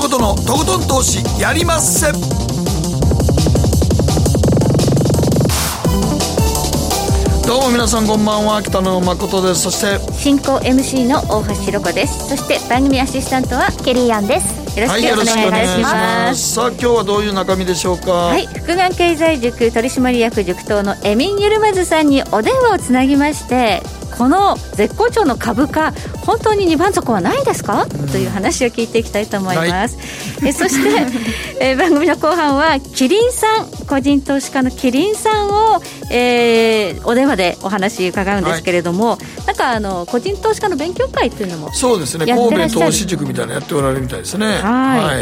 誠のとことん投資やりまっせ。どうも皆さんこんばんは、北野誠です。そして進行 MC の大橋ひろ子です。そして番組アシスタントはケリーアンです。よろしくお願いいたします。 さあ今日はどういう中身でしょうか。 はい、福眼経済塾取締役塾頭のエミン・ユルマズさんにお電話をつなぎまして、この絶好調の株価本当に2番底はないですか、という話を聞いていきたいと思います、そして、番組の後半はキリンさん、個人投資家のキリンさんを、お電話でお話伺うんですけれども、なんか個人投資家の勉強会というのもそうですね、神戸投資塾みたいなのやっておられるみたいですね。 はい、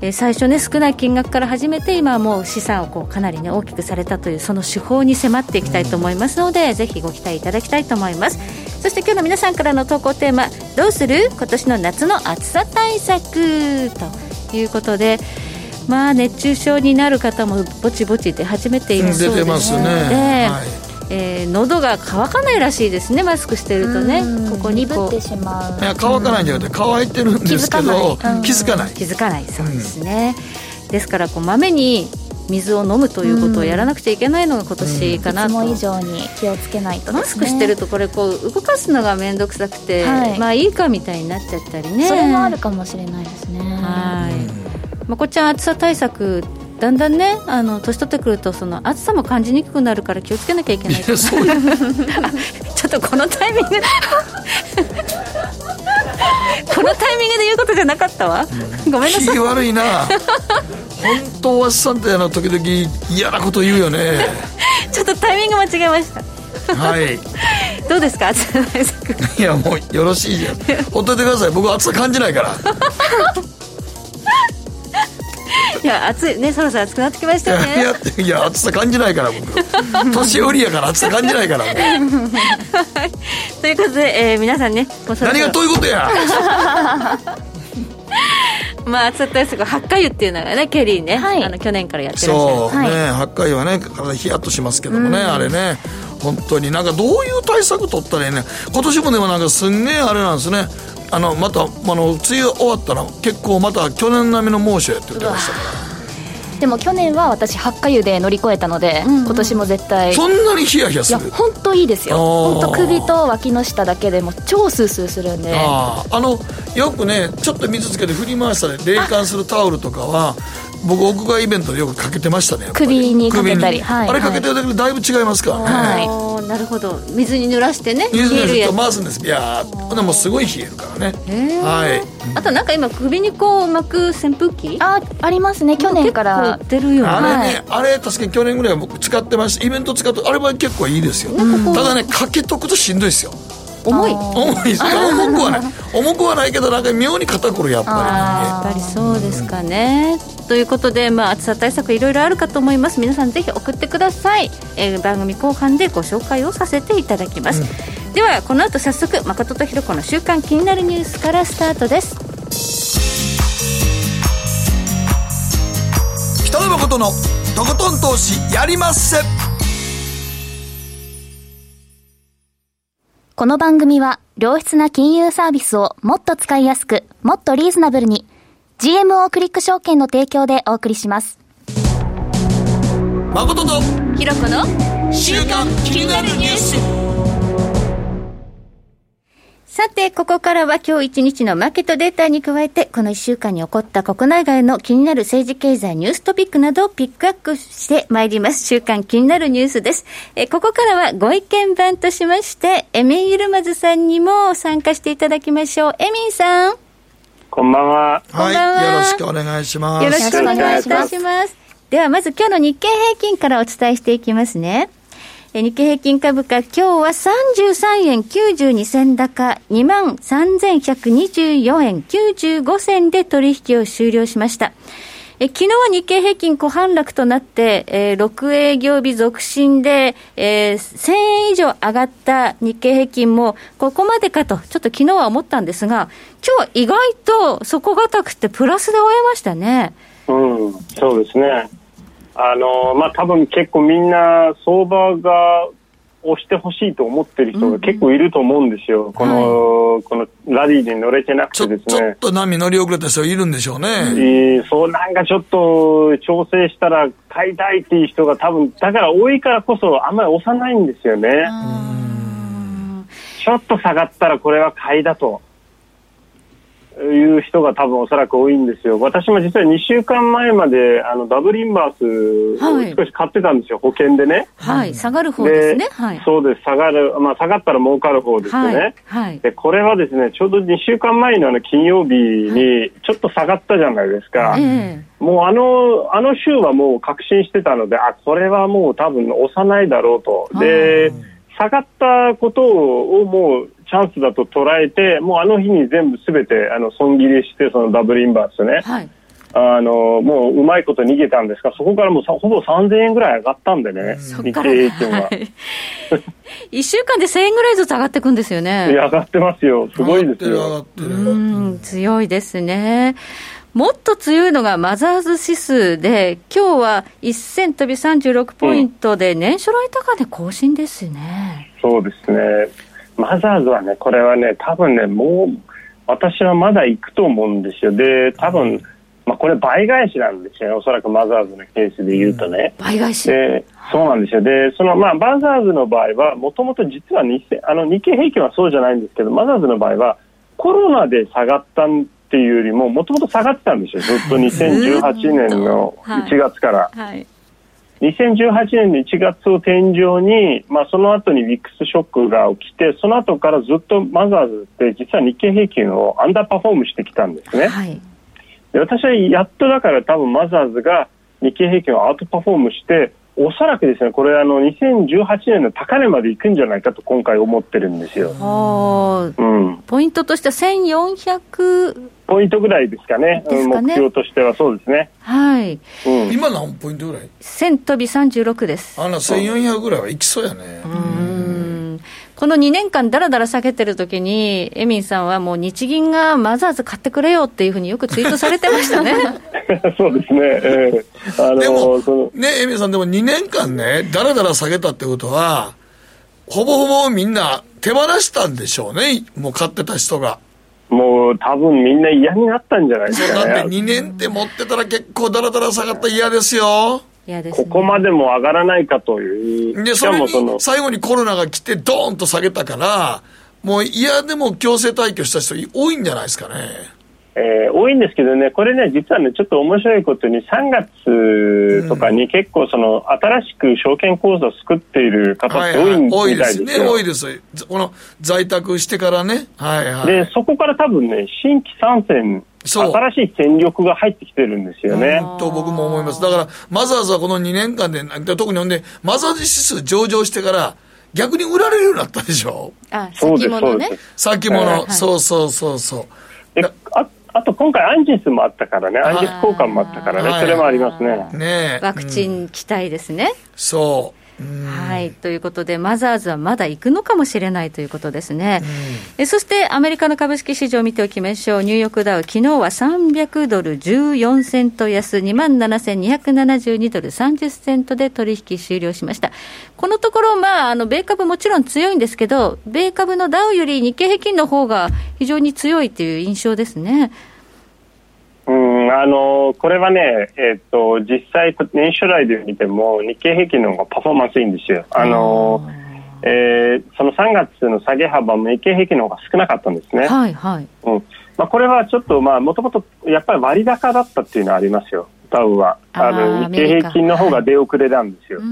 最初ね少ない金額から始めて今はもう資産をこうかなりね大きくされたというその手法に迫っていきたいと思いますので、ぜひご期待いただきたいと思います。そして今日の皆さんからの投稿テーマ、どうする今年の夏の暑さ対策ということで、まあ熱中症になる方もぼちぼち出始めているそうですので、 出てますね、 喉が渇かないらしいですね、マスクしてるとね。ここにこう鈍ってしまう。 いや乾かないんじゃなくて乾いてるんですけど気づかない、 そうですね、ですからこうまめに水を飲むということをやらなくちゃいけないのが今年かなと、 いつも以上に気をつけないとですね。 マスクしてるとこれこう動かすのがめんどくさくて、まあいいかみたいになっちゃったりね。 それもあるかもしれないですね。 はい、まこちゃん暑さ対策だんだんね年取ってくるとその暑さも感じにくくなるから気をつけなきゃいけない。ちょっとこのタイミングこのタイミングで言うことじゃなかったわ、ごめんなさい。 気悪いな本当はさんって時々嫌なこと言うよねちょっとタイミング間違えました。 はいどうですか暑さ対策。 いやもうよろしいじゃん、ほっといてください。僕は暑さ感じないからいや暑いね、そろそろ暑くなってきましたよね。 いや暑さ感じないから僕年寄りやから暑さ感じないからということで、皆さんねもうそろそろ何がどういうことやまあ暑さ対策八回湯っていうのがねケリーね、去年からやってらっしゃる。 そうね、八回湯はね体ヒヤッとしますけどもね、あれね本当になんかどういう対策取ったらいいね。今年もでもなんかすんげえあれなんですね、また梅雨終わったら結構また去年並みの猛暑やって言ってましたから。 でも去年は私八回湯で乗り越えたので、今年も絶対。 そんなにヒヤヒヤする。 いや本当いいですよ。本当首と脇の下だけでも超スースーするんで。 よくねちょっと水つけて振り回したり冷感するタオルとかは僕屋外イベントでよくかけてましたね。 首にかけたり、 あれかけてるだけでだいぶ違いますからね。 なるほど、水に濡らしてね、 水に濡らして回すんです。いやーでもすごい冷えるからね。 あとなんか今首にこう巻く扇風機ありますね。去年から結構売ってるよね。 あれ確かに去年ぐらいは僕使ってました。イベント使ってあれは結構いいですよ。ただねかけとくとしんどいですよ。 重いですか。重くはないけどなんか妙に肩こるやっぱりそうですかね。ということで、暑さ対策いろいろあるかと思います。皆さんぜひ送ってください。番組後半でご紹介をさせていただきます、ではこの後早速誠とひろ子の週刊気になるニュースからスタートです。 北野誠のとことん投資やりまっせ。 この番組は良質な金融サービスをもっと使いやすく、もっとリーズナブルに GMO クリック証券の提供でお送りします。 誠とひろ子の週刊気になるニュース。 さてここからは今日一日のマーケットデータに加えてこの1週間に起こった国内外の気になる政治経済ニューストピックなどをピックアップしてまいります。週刊気になるニュースです。ここからはご意見番としましてエミン・ユルマズさんにも参加していただきましょう。エミンさんこんばんは。 はい、よろしくお願いします。 よろしくお願いいたします。ではまず今日の日経平均からお伝えしていきますね。日経平均株価今日は33円92銭高 23,124 円95銭で取引を終了しました。昨日は日経平均小反落となって、6営業日続伸で、1000円以上上がった日経平均もここまでかとちょっと昨日は思ったんですが、今日は意外と底堅くてプラスで終えましたね。 そうですね。多分結構みんな相場が押してほしいと思ってる人が結構いると思うんですよ。このラリーに乗れてなくてですね。 ちょっと波乗り遅れた人いるんでしょうね。 そうなんかちょっと調整したら買いたいっていう人が多分だから多いからこそあんまり押さないんですよね。ちょっと下がったらこれは買いだという人が多分おそらく多いんですよ。私も実は2週間前までダブルインバースを少し買ってたんですよ、保険でね。 はい、下がる方ですね。はい、 そうです。下がったら儲かる方ですね。 はい、 でこれはですね、ちょうど2週間前の金曜日にちょっと下がったじゃないですか。もうあの週はもう確信してたので、これはもう多分押さないだろうと。で下がったことをもうチャンスだと捉えて、もうあの日に全部すべて損切りして、そのダブルインバースね、はい、もううまいこと逃げたんですが、そこからもうほぼ3000円ぐらい上がったんでね、日経平均は、はい、 1週間で1000円ぐらいずつ上がっていくんですよね。 上がってますよ、すごいですよ。 強いですね。もっと強いのがマザーズ指数で、今日は1000飛び36ポイントで年初来高値更新ですね。 そうですね。マザーズはね、これはね、多分ね、もう私はまだ行くと思うんですよ。で、多分、これ倍返しなんですよね、おそらくマザーズのケースで言うとね。 倍返し。 で、そうなんですよ。で、マザーズの場合は、もともと実は日経平均はそうじゃないんですけど、マザーズの場合はコロナで下がったっていうよりも、もともと下がってたんですよ。ずっと2018年の1月から。はい。2018年の1月を天井に、その後にウィックスショックが起きて、その後からずっとマザーズって実は日経平均をアンダーパフォームしてきたんですね。はい、で私はやっとだから多分マザーズが日経平均をアウトパフォームして、おそらくですね、これ2018年の高値まで行くんじゃないかと今回思ってるんですよ。 ポイントとしては1400 ポイントぐらいですかね。目標としてはそうですね。 はい。 今何ポイントぐらい ？1000飛び36です。 1400ぐらいはいきそうやね。 この2年間だらだら下げてる時にエミンさんはもう日銀がマザーズ買ってくれよっていうふうによくツイートされてましたね。 そうですね。 でもね、エミンさんでも2年間ねだらだら下げたってことはほぼほぼみんな手放したんでしょうね。もう買ってた人が。 もう多分みんな嫌になったんじゃないですかね。 だって2年って持ってたら結構だらだら下がったら嫌ですよ。 嫌ですね。 ここまでも上がらないかという。 でそれに最後にコロナが来てドーンと下げたからもう嫌でも強制退去した人多いんじゃないですかね。 多いんですけどね、これね実はねちょっと面白いことに3月とかに結構新しく証券口座を作っている方って多いみたいですよ。 多いですね。この在宅してからね。 でそこから多分ね新規参戦新しい戦力が入ってきてるんですよね。 と僕も思います。だからマザーズはこの2年間で特にほんでマザーズ指数上場してから逆に売られるようになったでしょ。 先物ね。 先物、そうであと今回アンジスもあったからね、アンジス交換もあったからね、それもありますね。 ワクチン期待ですね。 そう。 はい、ということでマザーズはまだ行くのかもしれないということですね。そしてアメリカの株式市場を見ておきましょう。ニューヨークダウ昨日は300ドル14セント安 27,272 ドル30セントで取引終了しました。このところ、米株もちろん強いんですけど、米株のダウより日経平均の方が非常に強いという印象ですね。 これはね、実際年初来で見ても日経平均の方がパフォーマンスいいんですよ。その3月の下げ幅も日経平均の方が少なかったんですね。これはちょっともともとやっぱり割高だったっていうのはありますよ。ダウは日経平均の方が出遅れなんですよ。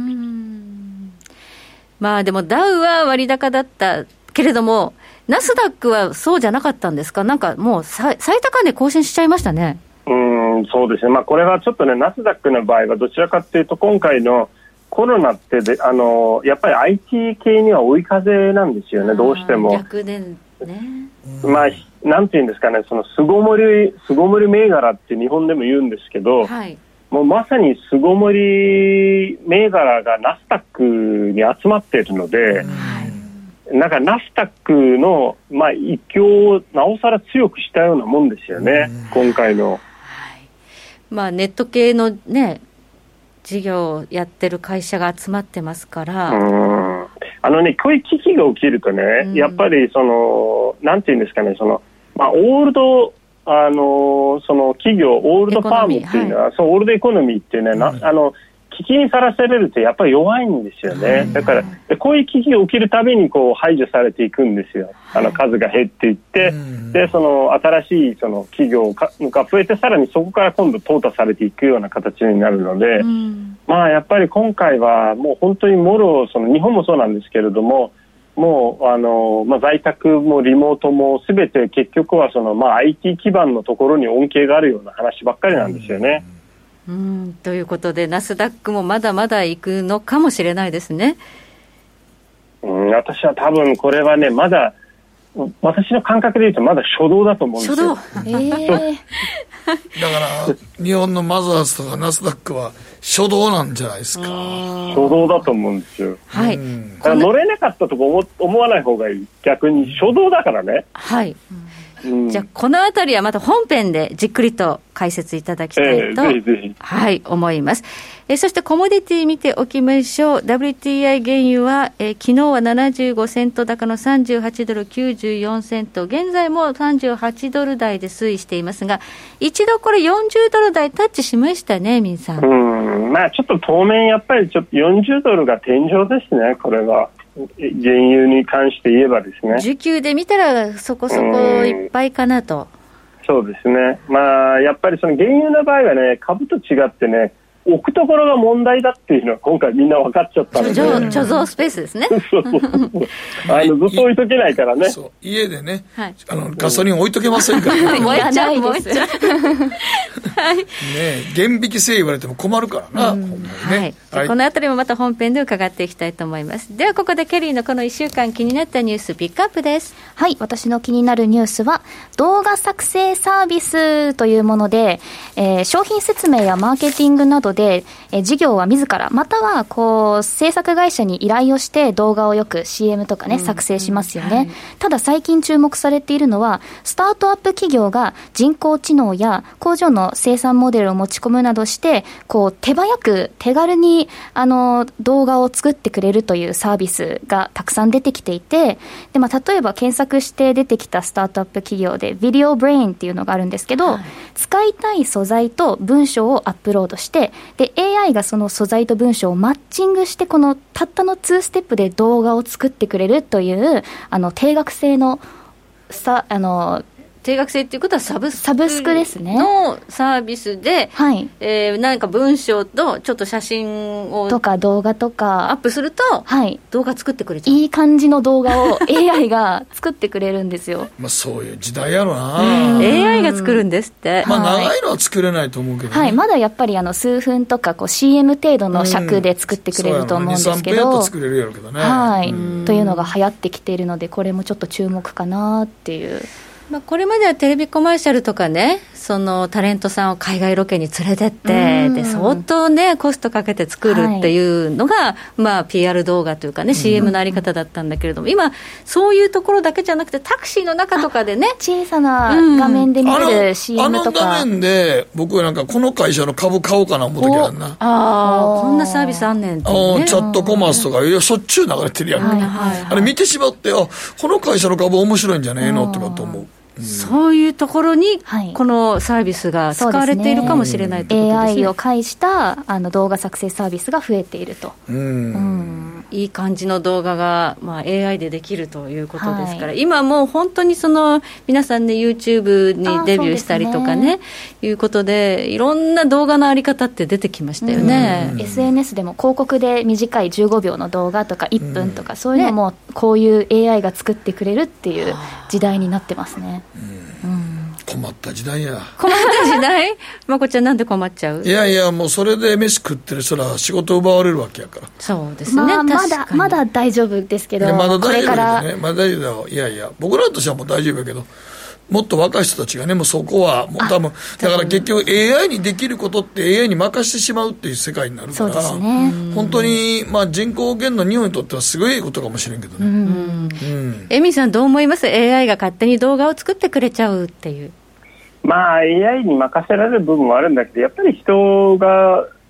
でもダウは割高だったけれどもナスダックはそうじゃなかったんですか。なんかもう最高値更新しちゃいましたね。 そうですね。これはちょっとね、ナスダックの場合はどちらかというと今回のコロナってやっぱり IT 系には追い風なんですよね。どうしても逆でね。 なんていうんですかね、その巣ごもり銘柄って日本でも言うんですけど、もうまさに巣ごもり銘柄がナスダックに集まっているので、なんかナスダックの勢いをなおさら強くしたようなもんですよね、今回の。 ネット系のね事業をやってる会社が集まってますから。 こういう危機が起きるとね、やっぱりなんていうんですかね、オールドその企業オールドファームっていうのは、そうオールドエコノミーっていうね、危機にさらされるとやっぱり弱いんですよね。だからこういう危機が起きるたびにこう排除されていくんですよ。数が減っていって、でその新しいその企業が増えて、さらにそこから今度淘汰されていくような形になるので、やっぱり今回はもう本当にもろ日本もそうなんですけれども、もう在宅もリモートもすべて結局はIT 基盤のところに恩恵があるような話ばっかりなんですよね。 ということでナスダックもまだまだ行くのかもしれないですね。 私は多分これはね、まだ私の感覚で言うとまだ初動だと思うんですよ。 だから日本のマザーズとかナスダックは初動なんじゃないですか。 初動だと思うんですよ。 はい。 だから乗れなかったとか思わない方がいい。逆に初動だからね。 はい、じゃあこのあたりはまた本編でじっくりと解説いただきたいと、 ぜひぜひ、 はい、思います。そしてコモディティ見ておきましょう。 WTI 原油は、昨日は75セント高の38ドル94セント、現在も38ドル台で推移していますが、一度これ40ドル台タッチしましたね、ミンさん。 ちょっと当面やっぱりちょっと40ドルが天井ですね。これは原油に関して言えばですね、 需給で見たらそこそこいっぱいかなと。 そうですね。やっぱりその原油の場合はね、株と違ってね、置くところが問題だっていうのは今回みんな分かっちゃったので、 貯蔵スペースですね。 そうずっと置いとけないからね。 そう家でね、はい、ガソリン置いとけませんからね。 燃えちゃう燃えちゃうはい、 ね、減引き制言われても困るからな、ほんまにね。 はい、このあたりもまた本編で伺っていきたいと思います。ではここでケリーのこの1週間気になったニュースピックアップです。 はい、私の気になるニュースは動画作成サービスというもので、商品説明やマーケティングなどで、事業は自らまたは制作会社に依頼をして動画をよく CM とかね、作成しますよね、はい、ただ最近注目されているのはスタートアップ企業が人工知能や工場の生産モデルを持ち込むなどして手早く手軽に動画を作ってくれるというサービスがたくさん出てきていて、で、例えば検索して出てきたスタートアップ企業で Video Brain っていうのがあるんですけど、はい、使いたい素材と文章をアップロードして、で AI がその素材と文章をマッチングしてたったの2ステップで動画を作ってくれるという定額制の定額制っていうことはサブスクですねのサービスで、はい、何か文章とちょっと写真をとか動画とかアップすると、はい、動画作ってくれちゃう。 いい感じの動画を AI が作ってくれるんですよ。 そういう時代やろな。 AI が作るんですって。 長いのは作れないと思うけどね、 はい、まだやっぱり数分とかCM 程度の尺で作ってくれると思うんですけど、2、3分やっと作れるやろうけどね、はい、というのが流行ってきているので、これもちょっと注目かなっていう。 これまではテレビコマーシャルとかね、そのタレントさんを海外ロケに連れてってで相当ねコストかけて作るっていうのが、PR 動画というかね CM のあり方だったんだけれども、今そういうところだけじゃなくてタクシーの中とかでね、 小さな画面で見る CM とか、 画面で僕はなんかこの会社の株買おうかな思う時あるな。 こんなサービスあんねんって、ね、 チャットコマースとかしょっちゅう流れてるやんか、あれ見てしまって、この会社の株面白いんじゃねえのとかと思う。 そういうところにこのサービスが使われているかもしれないということですね。 AI を介した動画作成サービスが増えていると。 いい感じの動画が、AI でできるということですから、今もう本当に皆さんね YouTube にデビューしたりとかね、いうことでいろんな動画のあり方って出てきましたよね。 SNS でも広告で短い15秒の動画とか1分とか、そういうのもこういう AI が作ってくれるっていう時代になってますね。 困った時代や。 困った時代まこちゃんなんで困っちゃう？ いやもうそれで飯食ってる人ら仕事奪われるわけやから。 そうですね、 まだ大丈夫ですけど、 まだ大丈夫だよね。まだ大丈夫だよ。いや僕らとしてはもう大丈夫やけど、もっと若い人たちがね、もうそこはもう多分だから結局 AI にできることって AI に任せてしまうっていう世界になるから、そうですね、本当に人口減の日本にとってはすごいことかもしれんけどね。 エミさんどう思います？ AI が勝手に動画を作ってくれちゃうっていう。 AI に任せられる部分もあるんだけど、やっぱり人が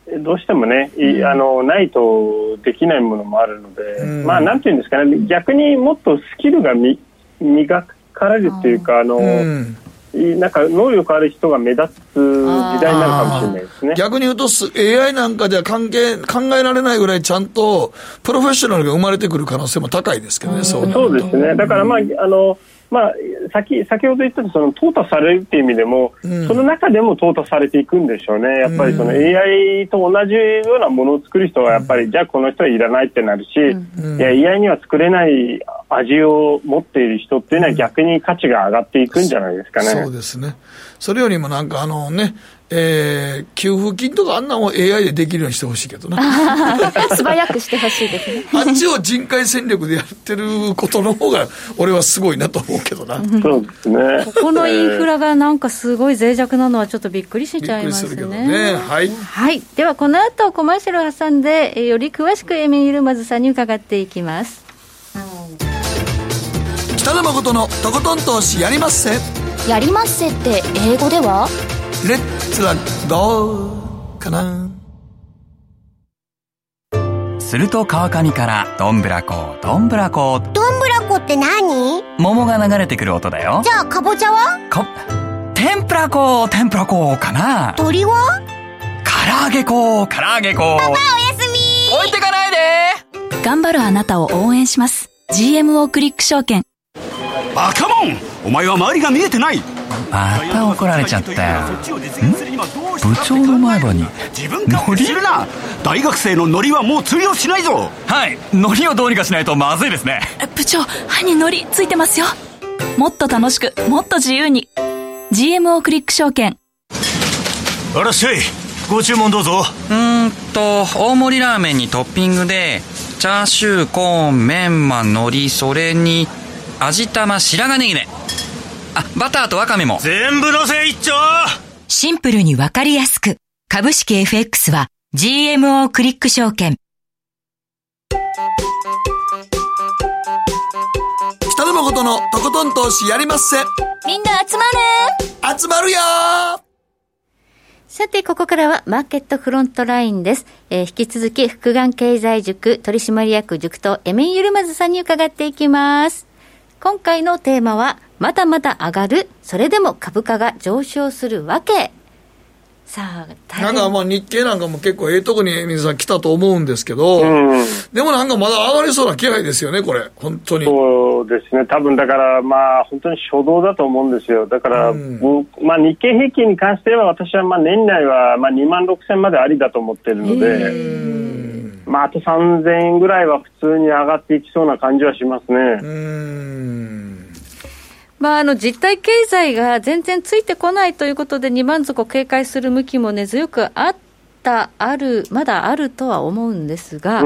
どうしてもね、ないとできないものもあるので、なんていうんですかね、逆にもっとスキルが磨かれるっていうか、なんか能力ある人が目立つ時代になるかもしれないですね。 逆に言うと AI なんかでは考えられないぐらいちゃんとプロフェッショナルが生まれてくる可能性も高いですけどね。 そうですね。だから先ほど言ったその淘汰されるっていう意味でも、その中でも淘汰されていくんでしょうね。やっぱりその AI と同じようなものを作る人はやっぱり、じゃあこの人はいらないってなるし、いや AI には作れない味を持っている人っていうのは逆に価値が上がっていくんじゃないですかね。 そうですね。それよりもなんか給付金とかあんなもん AI でできるようにしてほしいけどな。 素早くしてほしいですね。 あっちを人海戦略でやってることの方が俺はすごいなと思うけどな。 そうですね。 ここのインフラがなんかすごい脆弱なのはちょっとびっくりしちゃいますね。 びっくりするけどね。はい。 はい。ではこの後コマーシャルを挟んでより詳しくエミン・ユルマズさんに伺っていきます。 北野誠のとことん投資やりまっせ。 やりまっせって英語ではレッツラゴーかな。 すると川上からどんぶらこどんぶらこ。 どんぶらこって何？ 桃が流れてくる音だよ。 じゃあかぼちゃは？ 天ぷらこ天ぷらこかな。 鳥は？ 唐揚げこ唐揚げこ。 パパおやすみ。 置いてかないで。 頑張るあなたを応援します。 GMO クリック証券。 バカモン、お前は周りが見えてない。 また怒られちゃったよ。部長の前歯に自分から知るな。大学生のノリはもう通用しないぞ。 はい、ノリをどうにかしないとまずいですね。 部長、歯にノリついてますよ。もっと楽しく、もっと自由に。 GMO クリック証券。 あらっしゃい、ご注文どうぞ。 大盛りラーメンにトッピングでチャーシュー、コーン、メンマ、海苔、それに味玉、白髪ネギね。バターとワカメも全部のせ一丁。 シンプルにわかりやすく。株式 FX は GMO クリック証券。 北野誠のとことん投資やりまっせ。 みんな集まる。 集まるよー。 さてここからはマーケットフロントラインです。引き続き福眼経済塾取締役塾頭エミン・ユルマズさんに伺っていきます。今回のテーマはまだまだ上がる、それでも株価が上昇するわけ。さあなんか日経なんかも結構とこに皆さん来たと思うんですけど、でもなんかまだ上がりそうな気配ですよね、これ本当に。 そうですね。多分だから本当に初動だと思うんですよ。だから、日経平均に関しては私は年内は26,000までありだと思っているので、あと3000円ぐらいは普通に上がっていきそうな感じはしますね。 実体経済が全然ついてこないということで二番底を警戒する向きも根強くまだあるとは思うんですが、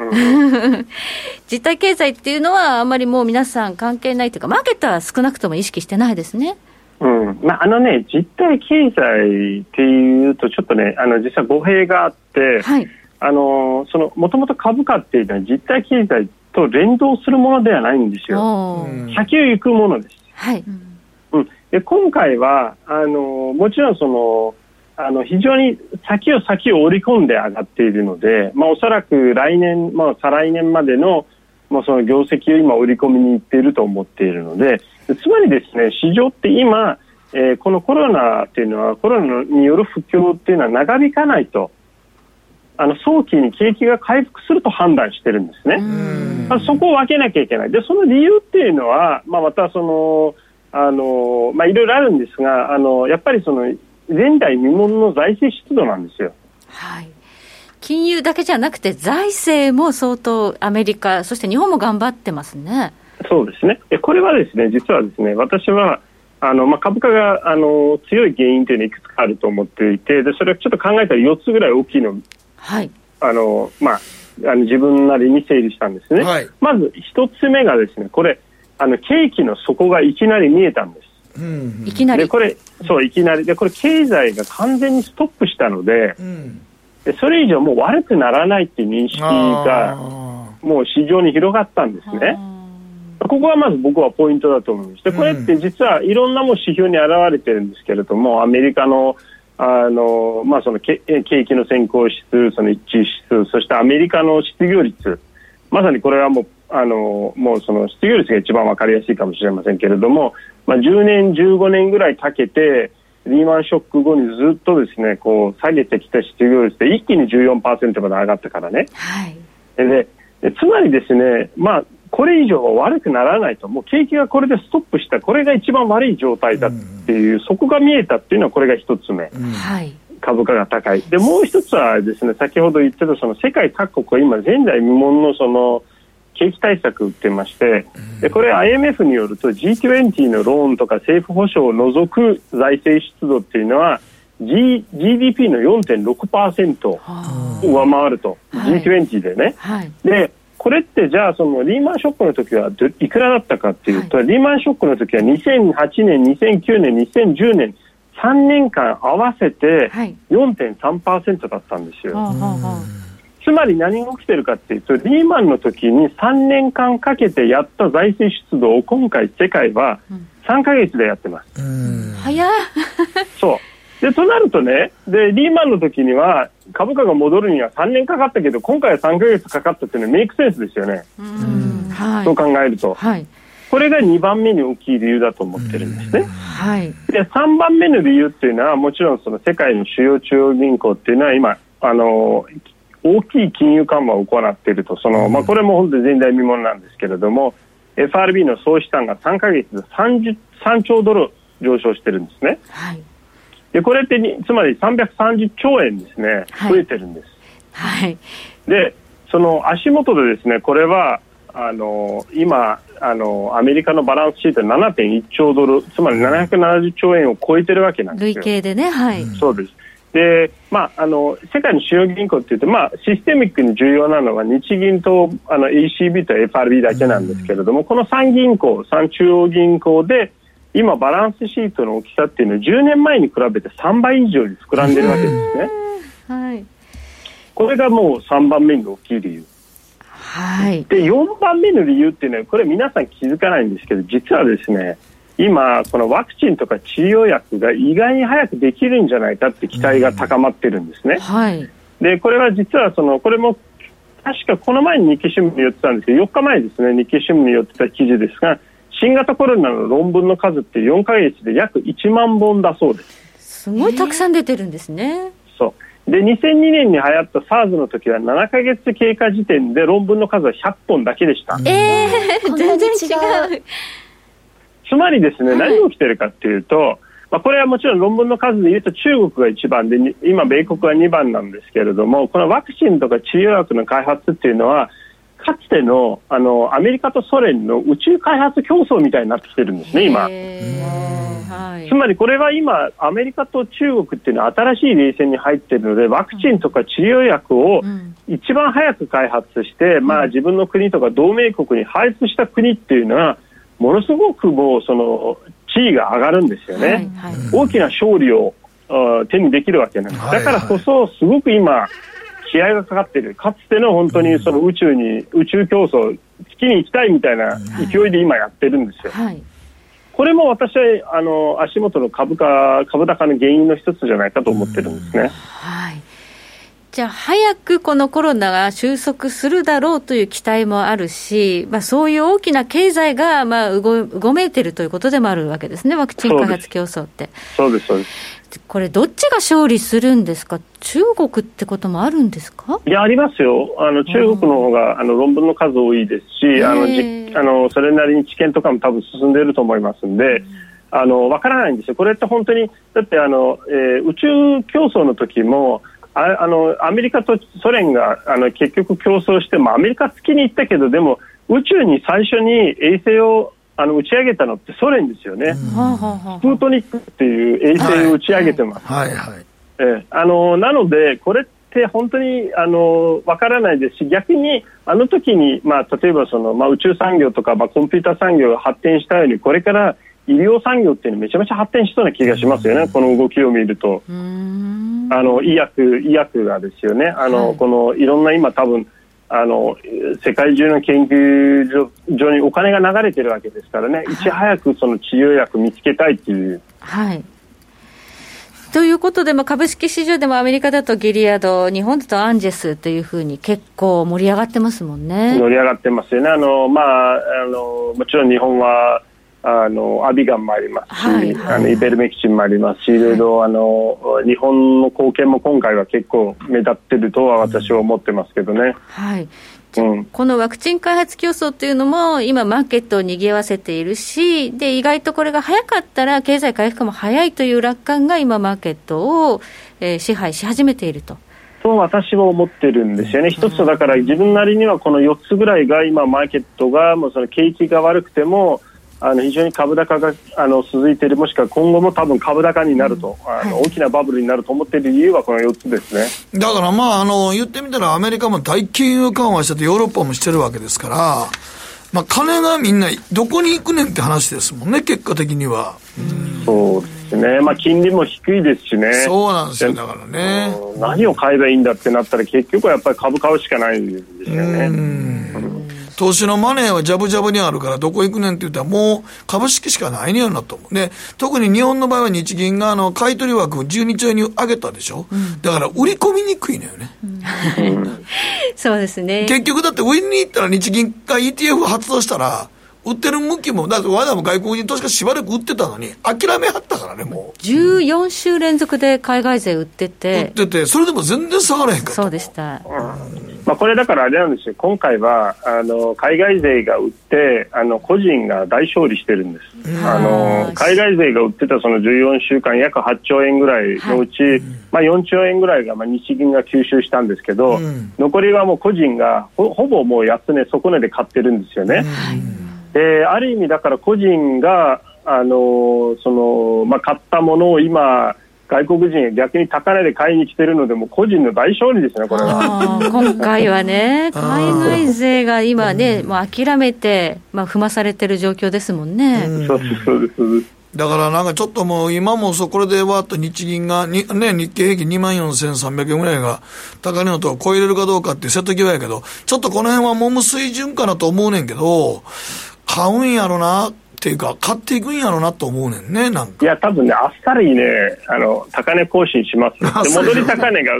実体経済っていうのはあんまりもう皆さん関係ないというか、マーケットは少なくとも意識してないですね。 実体経済っていうとちょっとね、実は語弊があって、はい、もともと株価っていうのは実体経済と連動するものではないんですよ。先を行くものです。はい。で今回はもちろん非常に先を織り込んで上がっているので、おそらく来年、再来年までのその業績を今織り込みに行っていると思っているので、つまりですね、市場って今、このコロナっていうのは、コロナによる不況っていうのは長引かないと、早期に景気が回復すると判断してるんですね。そこを分けなきゃいけない。でその理由っていうのは、またいろいろあるんですが、やっぱり前代未聞の財政出動なんですよ。 はい。金融だけじゃなくて財政も相当アメリカそして日本も頑張ってますね。 そうですね。これはですね、実はですね、私は株価が強い原因というのはいくつかあると思っていて、でそれはちょっと考えたら4つぐらい大きいの、はい、自分なりに整理したんですね。はい、まず1つ目がですね、これ景気の底がいきなり見えたんです。 いきなり。 でこれいきなりで、これ経済が完全にストップしたので、でそれ以上もう悪くならないっていう認識がもう市場に広がったんですね。ここはまず僕はポイントだと思うんです。でこれって実はいろんな指標に表れてるんですけれども、アメリカのその景気の先行指数、その一致指数、そしてアメリカの失業率、まさにこれはもうその失業率が一番分かりやすいかもしれませんけれども、10年、15年ぐらいかけてリーマンショック後にずっとですね、こう下げてきた失業率で一気に 14% まで上がったからね。はい。でつまりですね、これ以上は悪くならないと、もう景気がこれでストップした、これが一番悪い状態だっていう、そこが見えたっていうのはこれが一つ目。はい。株価が高い。で、もう一つはですね、先ほど言ってたその世界各国は今前代未聞のその景気対策を打ってまして、でこれ IMF によると G20 のローンとか政府保証を除く財政出動っていうのは、GDP の 4.6% 上回ると、G20 でね。はい。でこれってじゃあそのリーマンショックの時はいくらだったかっていうと、リーマンショックの時は2008年、2009年、2010年3年間合わせて 4.3% だったんですよ。つまり何が起きてるかっていうと、リーマンの時に3年間かけてやった財政出動を今回世界は3ヶ月でやってます。 早い。 そうでとなるとね、でリーマンの時には株価が戻るには3年かかったけど、今回は3ヶ月かかったっていうのはメイクセンスですよね。はい、そう考えると、はい、これが2番目に大きい理由だと思ってるんですね。はい、で3番目の理由っていうのは、もちろんその世界の主要中央銀行っていうのは今大きい金融緩和を行っていると、これも本当に前代未聞なんですけれども、 FRB の総資産が3ヶ月で33兆ドル上昇してるんですね。はい、でこれってつまり330兆円ですね、増えてるんです。はい、でその足元でですね、これは今アメリカのバランスシートで 7.1 兆ドル、つまり770兆円を超えてるわけなんですよ。 累計でね。はい、 そうです。で世界の主要銀行っていうと、システミックに重要なのは日銀とECB と FRB だけなんですけれども、この3中央銀行で今バランスシートの大きさっていうのは10年前に比べて3倍以上に膨らんでるわけですね。はい、これがもう3番目に大きい理由。はい、で4番目の理由っていうのは、これ皆さん気づかないんですけど、実はですね、今このワクチンとか治療薬が意外に早くできるんじゃないかって期待が高まってるんですね。はい、でこれは実はこれも確かこの前に日経新聞に寄ってたんですけど、4日前ですね、日経新聞に寄ってた記事ですが、新型コロナの論文の数って4ヶ月で約1万本だそうです。 すごいたくさん出てるんですね。 そうで、2002年に流行った SARS の時は7ヶ月経過時点で論文の数は100本だけでした。 全然違う。 つまりですね、何が起きてるかっていうと、これはもちろん論文の数でいうと中国が1番で、今米国は2番なんですけれども、このワクチンとか治療薬の開発っていうのはかつてのアメリカとソ連の宇宙開発競争みたいになってきてるんですね、今。はい、つまりこれは今アメリカと中国っていうのは新しい冷戦に入っているので、ワクチンとか治療薬を一番早く開発して、自分の国とか同盟国に配布した国っていうのはものすごくもうその地位が上がるんですよね。はいはい、大きな勝利を手にできるわけなんです。だからこそすごく今気合がかかっている。かつての本当にその宇宙競争、月に行きたいみたいな勢いで今やってるんですよ。はい、これも私は足元の株高の原因の一つじゃないかと思ってるんですね。 はい、じゃあ早くこのコロナが収束するだろうという期待もあるし、そういう大きな経済がうごめいているということでもあるわけですね、ワクチン開発競争って。 そうですそうです。 これどっちが勝利するんですか？中国ってこともあるんですか？ いや、ありますよ。中国の方が論文の数多いですし、それなりに治験とかも多分進んでいると思いますんで、わからないんですよ。これって本当にだって宇宙競争の時もアメリカとソ連が結局競争しても、アメリカ月に行ったけど、でも宇宙に最初に衛星を打ち上げたのってソ連ですよね。スプートニックっていう衛星を打ち上げてます。はいはい、なのでこれって本当にわからないですし、逆に時に、例えば宇宙産業とか、コンピューター産業が発展したように、これから医療産業っていうのめちゃめちゃ発展しそうな気がしますよね。この動きを見ると医薬がですよね、このいろんな今多分世界中の研究所にお金が流れてるわけですからね、いち早くその治療薬見つけたいっていう。はい。 ということで、株式市場でもアメリカだとギリアド、日本だとアンジェスというふうに結構盛り上がってますもんね。 盛り上がってますよね。もちろん日本はアビガンもありますし、イベルメキシンもありますし、いろいろ日本の貢献も今回は結構目立ってるとは私は思ってますけどね。 はい。このワクチン開発競争というのも今マーケットを賑わせているし、で意外とこれが早かったら経済回復も早いという楽観が今マーケットを、支配し始めていると。 そう私は思ってるんですよね。一つだから自分なりにはこの4つぐらいが今マーケットがもうその景気が悪くても非常に株高が続いている、もしくは今後も多分株高になると、大きなバブルになると思っている理由はこの4つですね。 だから言ってみたらアメリカも大金融緩和しててヨーロッパもしてるわけですから、金がみんなどこに行くねんって話ですもんね、結果的には。 そうですね。金利も低いですしね。 そうなんですよ。だからね、 何を買えばいいんだってなったら結局はやっぱり株買うしかないんですよね。 投資のマネーはジャブジャブにあるからどこ行くねんって言ったらもう株式しかないねやなと思う。で、特に日本の場合は日銀が買い取り枠12兆円に上げたでしょ、だから売り込みにくいのよね。 そうですね。 結局だって上に行ったら日銀が ETF 発動したら売ってる向きも、だって我々も外国人投資家しばらく売ってたのに諦めはったからね。もう 14週連続で海外勢売っててそれでも全然下がらへんかった。 そうでした。 これだからあれなんですよ。今回は海外勢が売って個人が大勝利してるんです。海外勢が売ってたその14週間約8兆円ぐらいのうち、4兆円ぐらいが日銀が吸収したんですけど、残りはもう個人がほぼもう安値底値で買ってるんですよね。である意味だから個人が買ったものを今外国人が逆に高値で買いに来てるのでも個人の大勝利ですね、これは。 今回はね、海外勢が今ね、もう諦めて、踏まされてる状況ですもんね。 そうです。 だからなんかちょっともう今もこれでわっと日銀が日経平均 24,300 円ぐらいが高値のとこ超えれるかどうかっていう瀬戸際やけど、ちょっとこの辺はもむ水準かなと思うねんけど、買うんやろなっていうか買っていくんやろなと思うねんね。なんかいや多分ね、あっさりね高値更新しますで戻り高値が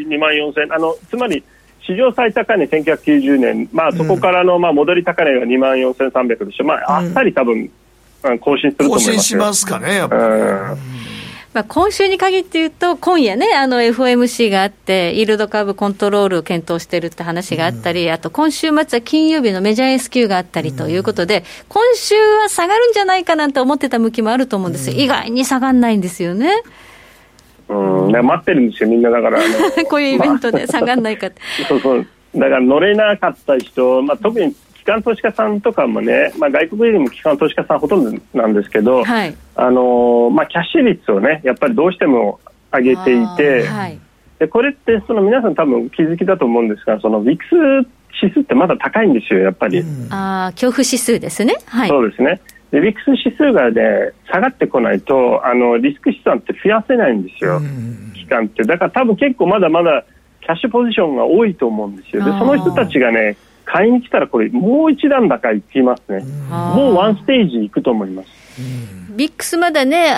24,000 つまり史上最高値1990年、そこからの戻り高値が 24,300 でしょ。あっさり多分更新すると思います。 更新しますかね、やっぱり。 今週に限って言うと、今夜ね、FOMC があって、イールドカーブコントロールを検討しているって話があったり、あと今週末は金曜日のメジャー S q があったりということで、今週は下がるんじゃないかなんて思ってた向きもあると思うんですよ。意外に下がんないんですよね。 待ってるんですよ、みんな。だからこういうイベントで下がんないかって。 そうだから乗れなかった人、特に機関投資家さんとかもね、外国人も機関投資家さんほとんどなんですけど、キャッシュ率をねやっぱりどうしても上げていて、でこれって皆さん多分気づきだと思うんですが、VIX 指数ってまだ高いんですよ、やっぱり。 恐怖指数ですね。 そうですね。でVIX 指数がね下がってこないとリスク資産って増やせないんですよ、機関って。だから多分結構まだまだキャッシュポジションが多いと思うんですよ。でその人たちがね買いに来たらこれもう一段高いって言いますね。もうワンステージいくと思います。 ビックスまだね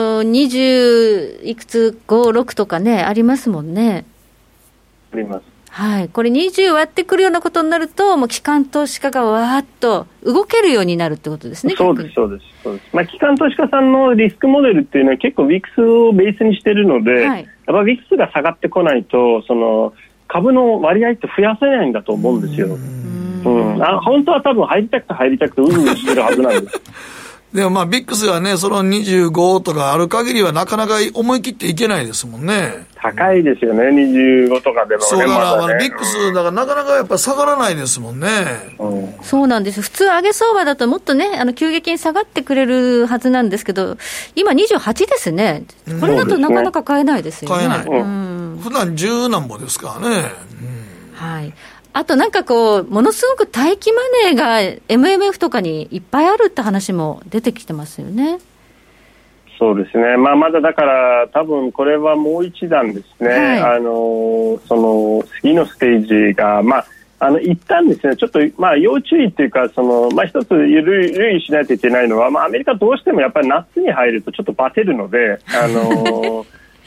20いくつ56とかねありますもんね。 あります。 これ20割ってくるようなことになるともう機関投資家がわーっと動けるようになるってことですね。 そうです。機関投資家さんのリスクモデルっていうのは結構 VIX をベースにしてるので、やっぱ VIX が下がってこないと株の割合って増やせないんだと思うんですよ。本当は多分入りたくてうずうずしてるはずなんです。 でもビックスがねその25とかある限りはなかなか思い切っていけないですもんね。 高いですよね、25とかでもね。 そうだからビックスだからなかなかやっぱり下がらないですもんね。 そうなんです。普通上げ相場だともっとね急激に下がってくれるはずなんですけど、今28ですね。これだとなかなか買えないですよね。 買えない。普段10何歩ですからね。 あとなんかものすごく待機マネーが MMF とかにいっぱいあるって話も出てきてますよね。 そうですね。まだだから多分これはもう一段ですね。次のステージが一旦ですねちょっと要注意っていうか一つ留意しないといけないのは、アメリカどうしてもやっぱり夏に入るとちょっとバテるので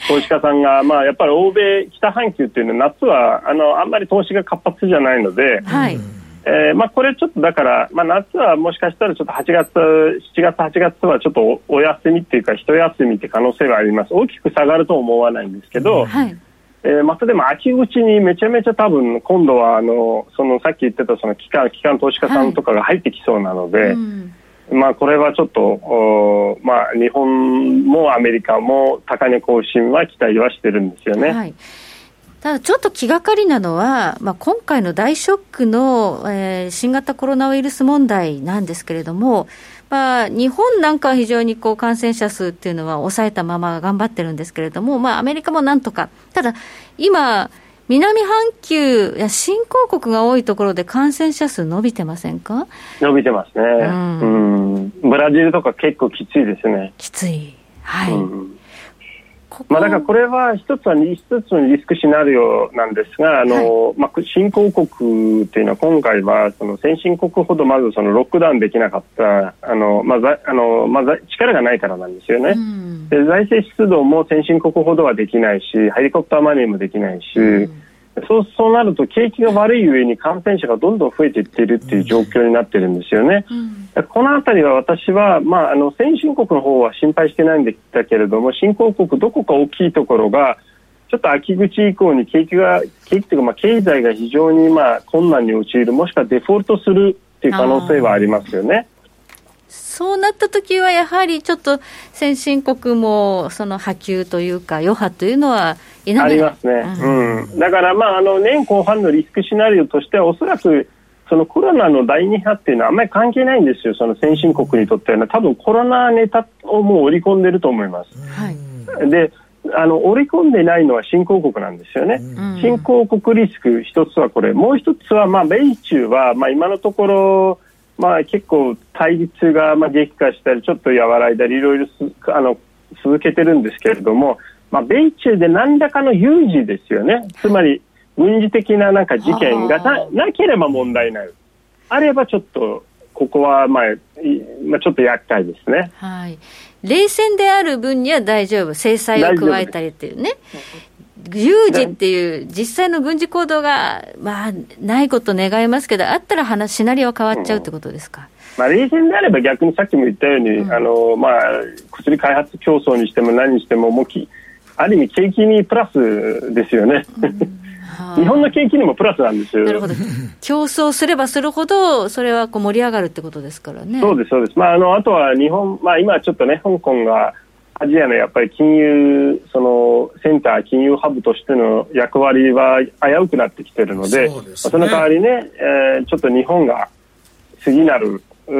投資家さんが、やっぱり欧米、北半球っていうのは夏はあんまり投資が活発じゃないので、 はいこれちょっとだから、夏はもしかしたらちょっと7月、8月はちょっとお休みっていうか一休みって可能性があります。大きく下がると思わないんですけど、 はいまたでも秋口にめちゃめちゃ多分今度はそのさっき言ってたその機関投資家さんとかが入ってきそうなので、これはちょっと日本もアメリカも高値更新は期待はしてるんですよね。 はい、ただちょっと気がかりなのは、今回の大ショックの、新型コロナウイルス問題なんですけれども、日本なんかは非常に感染者数っていうのは抑えたまま頑張ってるんですけれども、アメリカもなんとか、ただ今南半球や新興国が多いところで感染者数伸びてませんか？ 伸びてますね、ブラジルとか結構きついですね。 きつい、はい、 だからこれは一つのリスクシナリオなんですが、新興国っていうのは今回はその先進国ほどまずそのロックダウンできなかった力がないからなんですよね。で財政出動も先進国ほどはできないし、ヘリコプターマネーもできないし、そうなると景気が悪い上に感染者がどんどん増えていっているっていう状況になってるんですよね。このあたりは私は、先進国の方は心配してないんだけれども、新興国どこか大きいところがちょっと秋口以降に景気というか、経済が非常に困難に陥る、もしくはデフォルトするっていう可能性はありますよね。 そうなった時はやはりちょっと先進国もその波及というか余波というのはありますね、だから年後半のリスクシナリオとしてはおそらくそのコロナの第2波っていうのはあんまり関係ないんですよ。その先進国にとっては多分コロナネタをもう織り込んでると思います、で織り込んでないのは新興国なんですよね、新興国リスク一つはこれ、もう一つは米中は今のところ結構対立が激化したりちょっと和らいだりいろいろ続けてるんですけれども、米中で何らかの有事ですよね。つまり軍事的な事件が なければ問題ない、あればちょっとここはちょっと厄介ですね。 はい、冷戦である分には大丈夫、制裁を加えたりっていうね、有事っていう実際の軍事行動が、ないこと願いますけど、あったらシナリオは変わっちゃうってことですか？ 冷戦であれば逆にさっきも言ったように、薬開発競争にしても何にしてもある意味景気にプラスですよね、日本の景気にもプラスなんですよ。 なるほど、競争すればするほどそれは盛り上がるってことですからね。 そうですそうです、あとは日本、今ちょっとね香港がアジアのやっぱり金融センター金融ハブとしての役割は危うくなってきているので、その代わりね、ちょっと日本が次なる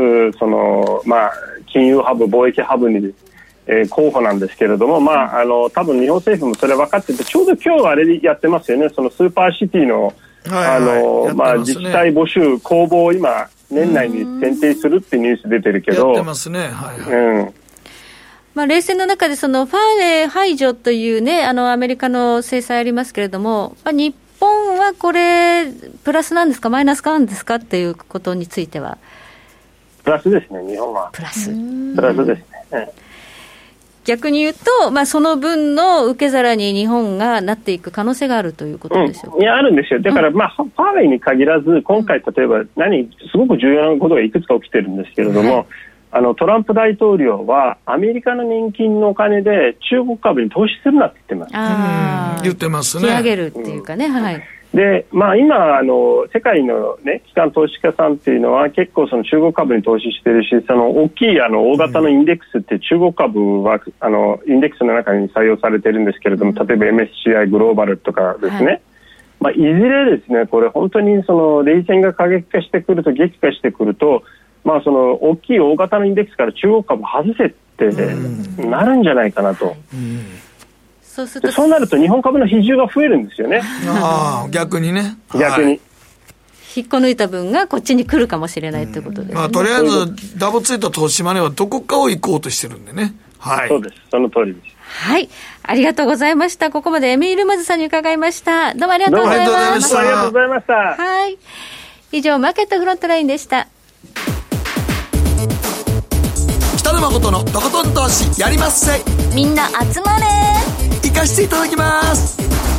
金融ハブ貿易ハブに、候補なんですけれども、多分日本政府もそれ分かってて、ちょうど今日あれやってますよね。そのスーパーシティの、自治体募集公募を今年内に選定するってニュース出てるけど、 やってますね。 冷戦の中でそのファーレ排除というね、アメリカの制裁ありますけれども、日本はこれプラスなんですかマイナスなんですかっていうことについては？ プラスですね。日本はプラスですね。 逆に言うと、その分の受け皿に日本がなっていく可能性があるということでしょうか？ いや、あるんですよ。だから、ファーウェイに限らず、今回例えばすごく重要なことがいくつか起きてるんですけれども、トランプ大統領はアメリカの年金のお金で中国株に投資するなって言ってます。 言ってますね。 引き上げるっていうかね、はい。 で今世界の、機関投資家さんっていうのは結構その中国株に投資してるし、その大きい大型のインデックスって中国株はインデックスの中に採用されてるんですけれども、例えば MSCI グローバルとかですね、いずれですね、これ本当にその冷戦が激化してくるとその大きい大型のインデックスから中国株外せってなるんじゃないかなと。そうなると日本株の比重が増えるんですよね。 逆にね。 逆に、 引っこ抜いた分がこっちに来るかもしれないということですね。 とりあえずダボついた投資マネーはどこかを行こうとしてるんでね。はい。 そうです。その通りです。 はい。ありがとうございました。ここまでエミールマズさんに伺いました。どうもありがとうございました。 ありがとうございました。 はい。以上、マーケットフロントラインでした。 北野誠のとことん投資やりまっせ。 みんな集まれ。 聞かせていただきます。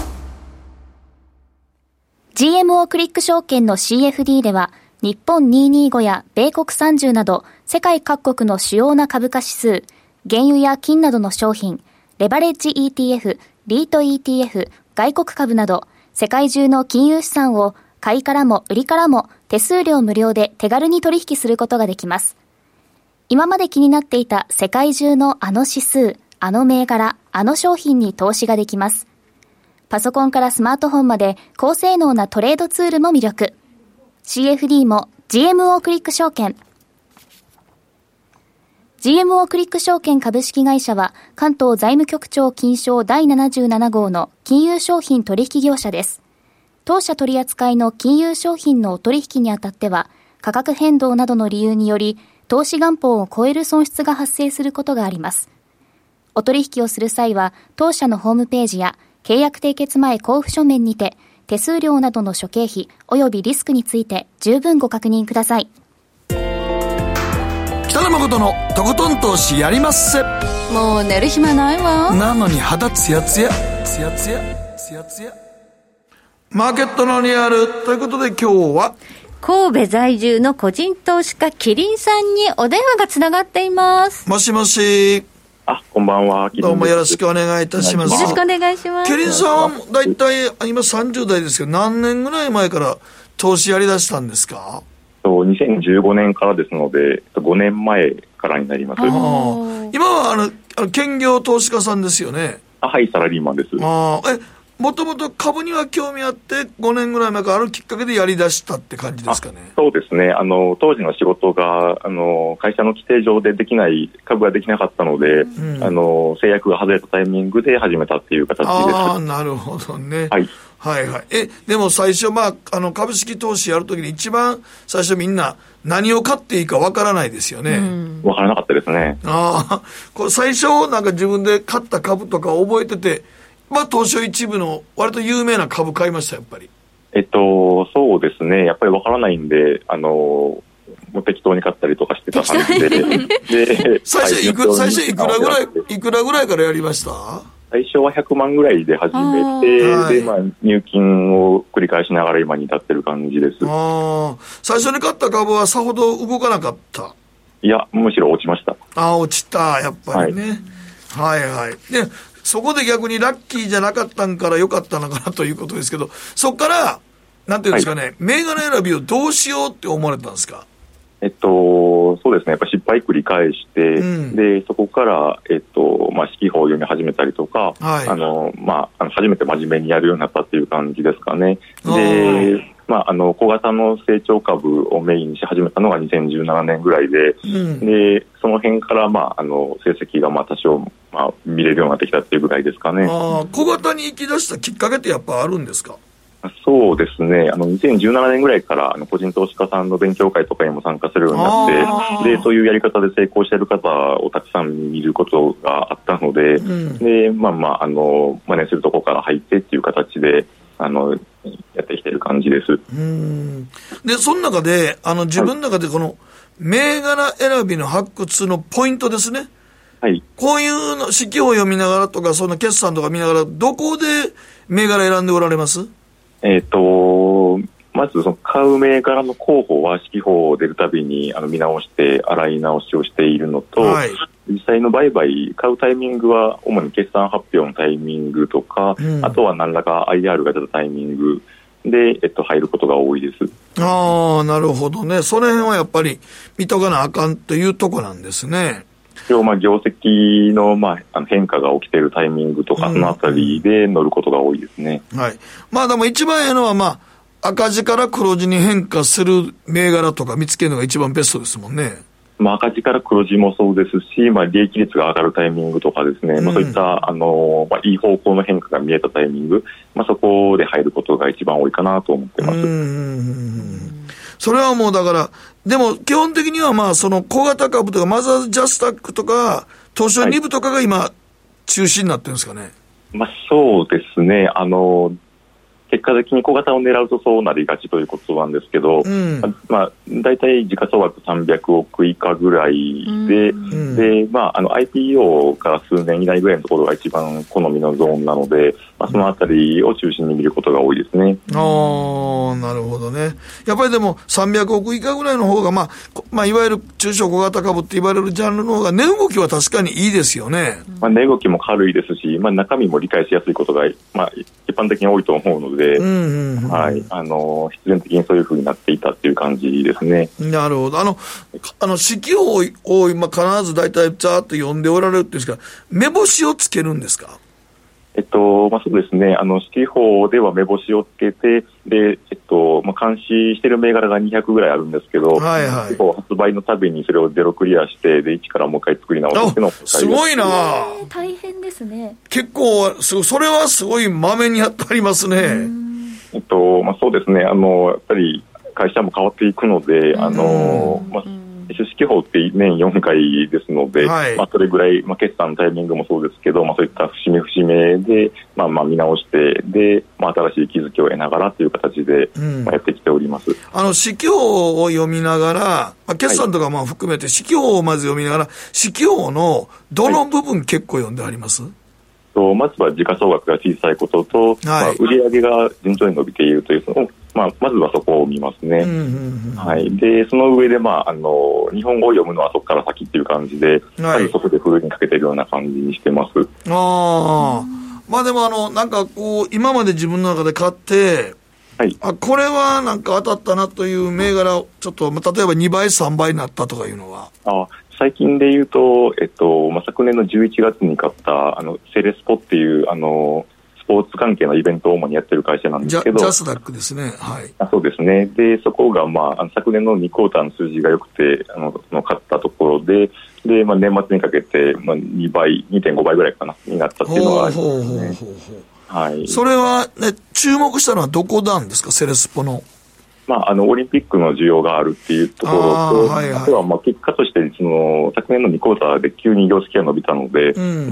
GMO クリック証券の CFD では日本225や米国30など世界各国の主要な株価指数、原油や金などの商品、レバレッジ ETF、リート ETF、外国株など世界中の金融資産を買いからも売りからも手数料無料で手軽に取引することができます。今まで気になっていた世界中のあの指数、あの銘柄、あの商品に投資ができます。パソコンからスマートフォンまで高性能なトレードツールも魅力。CFD も GMO クリック証券。GMO クリック証券株式会社は関東財務局長金賞第77号の金融商品取引業者です。当社取扱いの金融商品のお取引にあたっては価格変動などの理由により投資元本を超える損失が発生することがあります。お取引をする際は当社のホームページや契約締結前交付書面にて手数料などの諸経費及びリスクについて十分ご確認ください。 北野誠のとことん投資やりまっせ。 もう寝る暇ないわ。 なのに肌ツヤツヤツヤツヤツヤツヤ。マーケットのリアルということで今日は神戸在住の個人投資家キリンさんにお電話がつながっています。 もしもし。 こんばんは。 どうもよろしくお願いいたします。 よろしくお願いします。 キリンさんはだいたい今30代ですけど何年ぐらい前から投資やりだしたんですか ？2015年からですので5年前からになります。 今は兼業投資家さんですよね。 はい、サラリーマンです。 もともと株には興味あって5年ぐらい前からあるきっかけでやりだしたって感じですかね。 そうですね。当時の仕事が会社の規定上でできない株ができなかったので、制約が外れたタイミングで始めたっていう形です。 なるほどね。 はいはいはい。でも最初株式投資やるときに一番最初みんな何を買っていいかわからないですよね。 わからなかったですね。 これ最初自分で買った株とか覚えてて、東証一部の割と有名な株買いました、やっぱり。 そうですね。やっぱりわからないんで、もう適当に買ったりとかしてた感じで。 最初いくらぐらいからやりました？ 最初は100万ぐらいで始めて、で、入金を繰り返しながら今に至ってる感じです。 最初に買った株はさほど動かなかった？ いや、むしろ落ちました。 落ちた、やっぱりね。はいはい。で、そこで逆にラッキーじゃなかったんから良かったのかなということですけど、そこからなんていうんですかね、銘柄選びをどうしようって思われたんですか？ そうですね。やっぱ失敗繰り返して、でそこから四季報を読み始めたりとか、初めて真面目にやるようになったっていう感じですかね。で、小型の成長株をメインにし始めたのが2017年ぐらいで、でその辺から成績が多少見れるようになってきたっていうぐらいですかね。 小型に行き出したきっかけってやっぱあるんですか？ そうですね。2017年ぐらいから個人投資家さんの勉強会とかにも参加するようになって、でそういうやり方で成功している方をたくさん見ることがあったので、で真似するところから入ってっていう形でやってきている感じです。 でその中で自分の中でこの銘柄選びの発掘のポイントですね。こういうの四季報を読みながらとかその決算とか見ながらどこで銘柄選んでおられます？ まずその買う銘柄の候補は四季報出るたびに見直して洗い直しをしているのと、実際の売買買うタイミングは主に決算発表のタイミングとか、あとは何らか IR が出たタイミングで、入ることが多いです。 なるほどね。その辺はやっぱり見とかなあかんというとこなんですね。 業績の変化が起きているタイミングとか、そのあたりで乗ることが多いですね。 でも一番いいのは赤字から黒字に変化する銘柄とか見つけるのが一番ベストですもんね。 赤字から黒字もそうですし、利益率が上がるタイミングとかですね、そういったいい方向の変化が見えたタイミング、そこで入ることが一番多いかなと思ってます。 それはもうだからでも基本的にはその小型株とかマザーズジャスタックとか東証2部とかが今中心になってるんですかね。 そうですね。 結果的に小型を狙うとそうなりがちということなんですけど、大体時価総額300億以下ぐらいで、IPO から数年以内ぐらいのところが一番好みのゾーンなので、そのあたりを中心に見ることが多いですね。 なるほどね。やっぱりでも300億以下ぐらいの方が、いわゆる中小小型株って言われるジャンルの方が値動きは確かにいいですよね。 値動きも軽いですし、中身も理解しやすいことが、一般的に多いと思うので、必然的にそういう風になっていたっていう感じですね。 なるほど。四季報を今必ず大体ザーッと読んでおられるっていうんですか、目星をつけるんですか？ そうですね。四季報では目星をつけて、で、監視してる銘柄が200ぐらいあるんですけど、発売のたびにそれをゼロクリアして、で、一からもう一回作り直すっていうのを。 すごいな。 大変ですね。 結構、それはすごいまめにやってありますね。 そうですね。やっぱり会社も変わっていくので、四季報って年4回ですので、それぐらい、決算のタイミングもそうですけど、そういった節目節目で、見直して、で、新しい気づきを得ながらという形で、やってきております。 四季報を読みながら、決算とか含めて四季報をまず読みながら、四季報のどの部分結構読んであります？ まずは時価総額が小さいことと、売上が順調に伸びているというまずはそこを見ますね。で、その上で、日本語を読むのはそこから先っていう感じで、そこでフルにかけているような感じにしてます。でもなんか今まで自分の中で買って、これはなんか当たったなという銘柄をちょっと、例えば2倍3倍になったとかいうのは。 最近で言うと、昨年の11月に買ったセレスポっていうスポーツ関係のイベントを主にやってる会社なんですけど、 ジャスダックですね。 そうですね。で、そこが昨年の2クォーターの数字が良くて買ったところで、年末にかけて2倍 2.5 倍ぐらいかなになったっていうのがありますね。それはね、 注目したのはどこなんですか、セレスポの？ オリンピックの需要があるっていうところと、あとは結果として昨年の2クォーターで急に業績が伸びたので、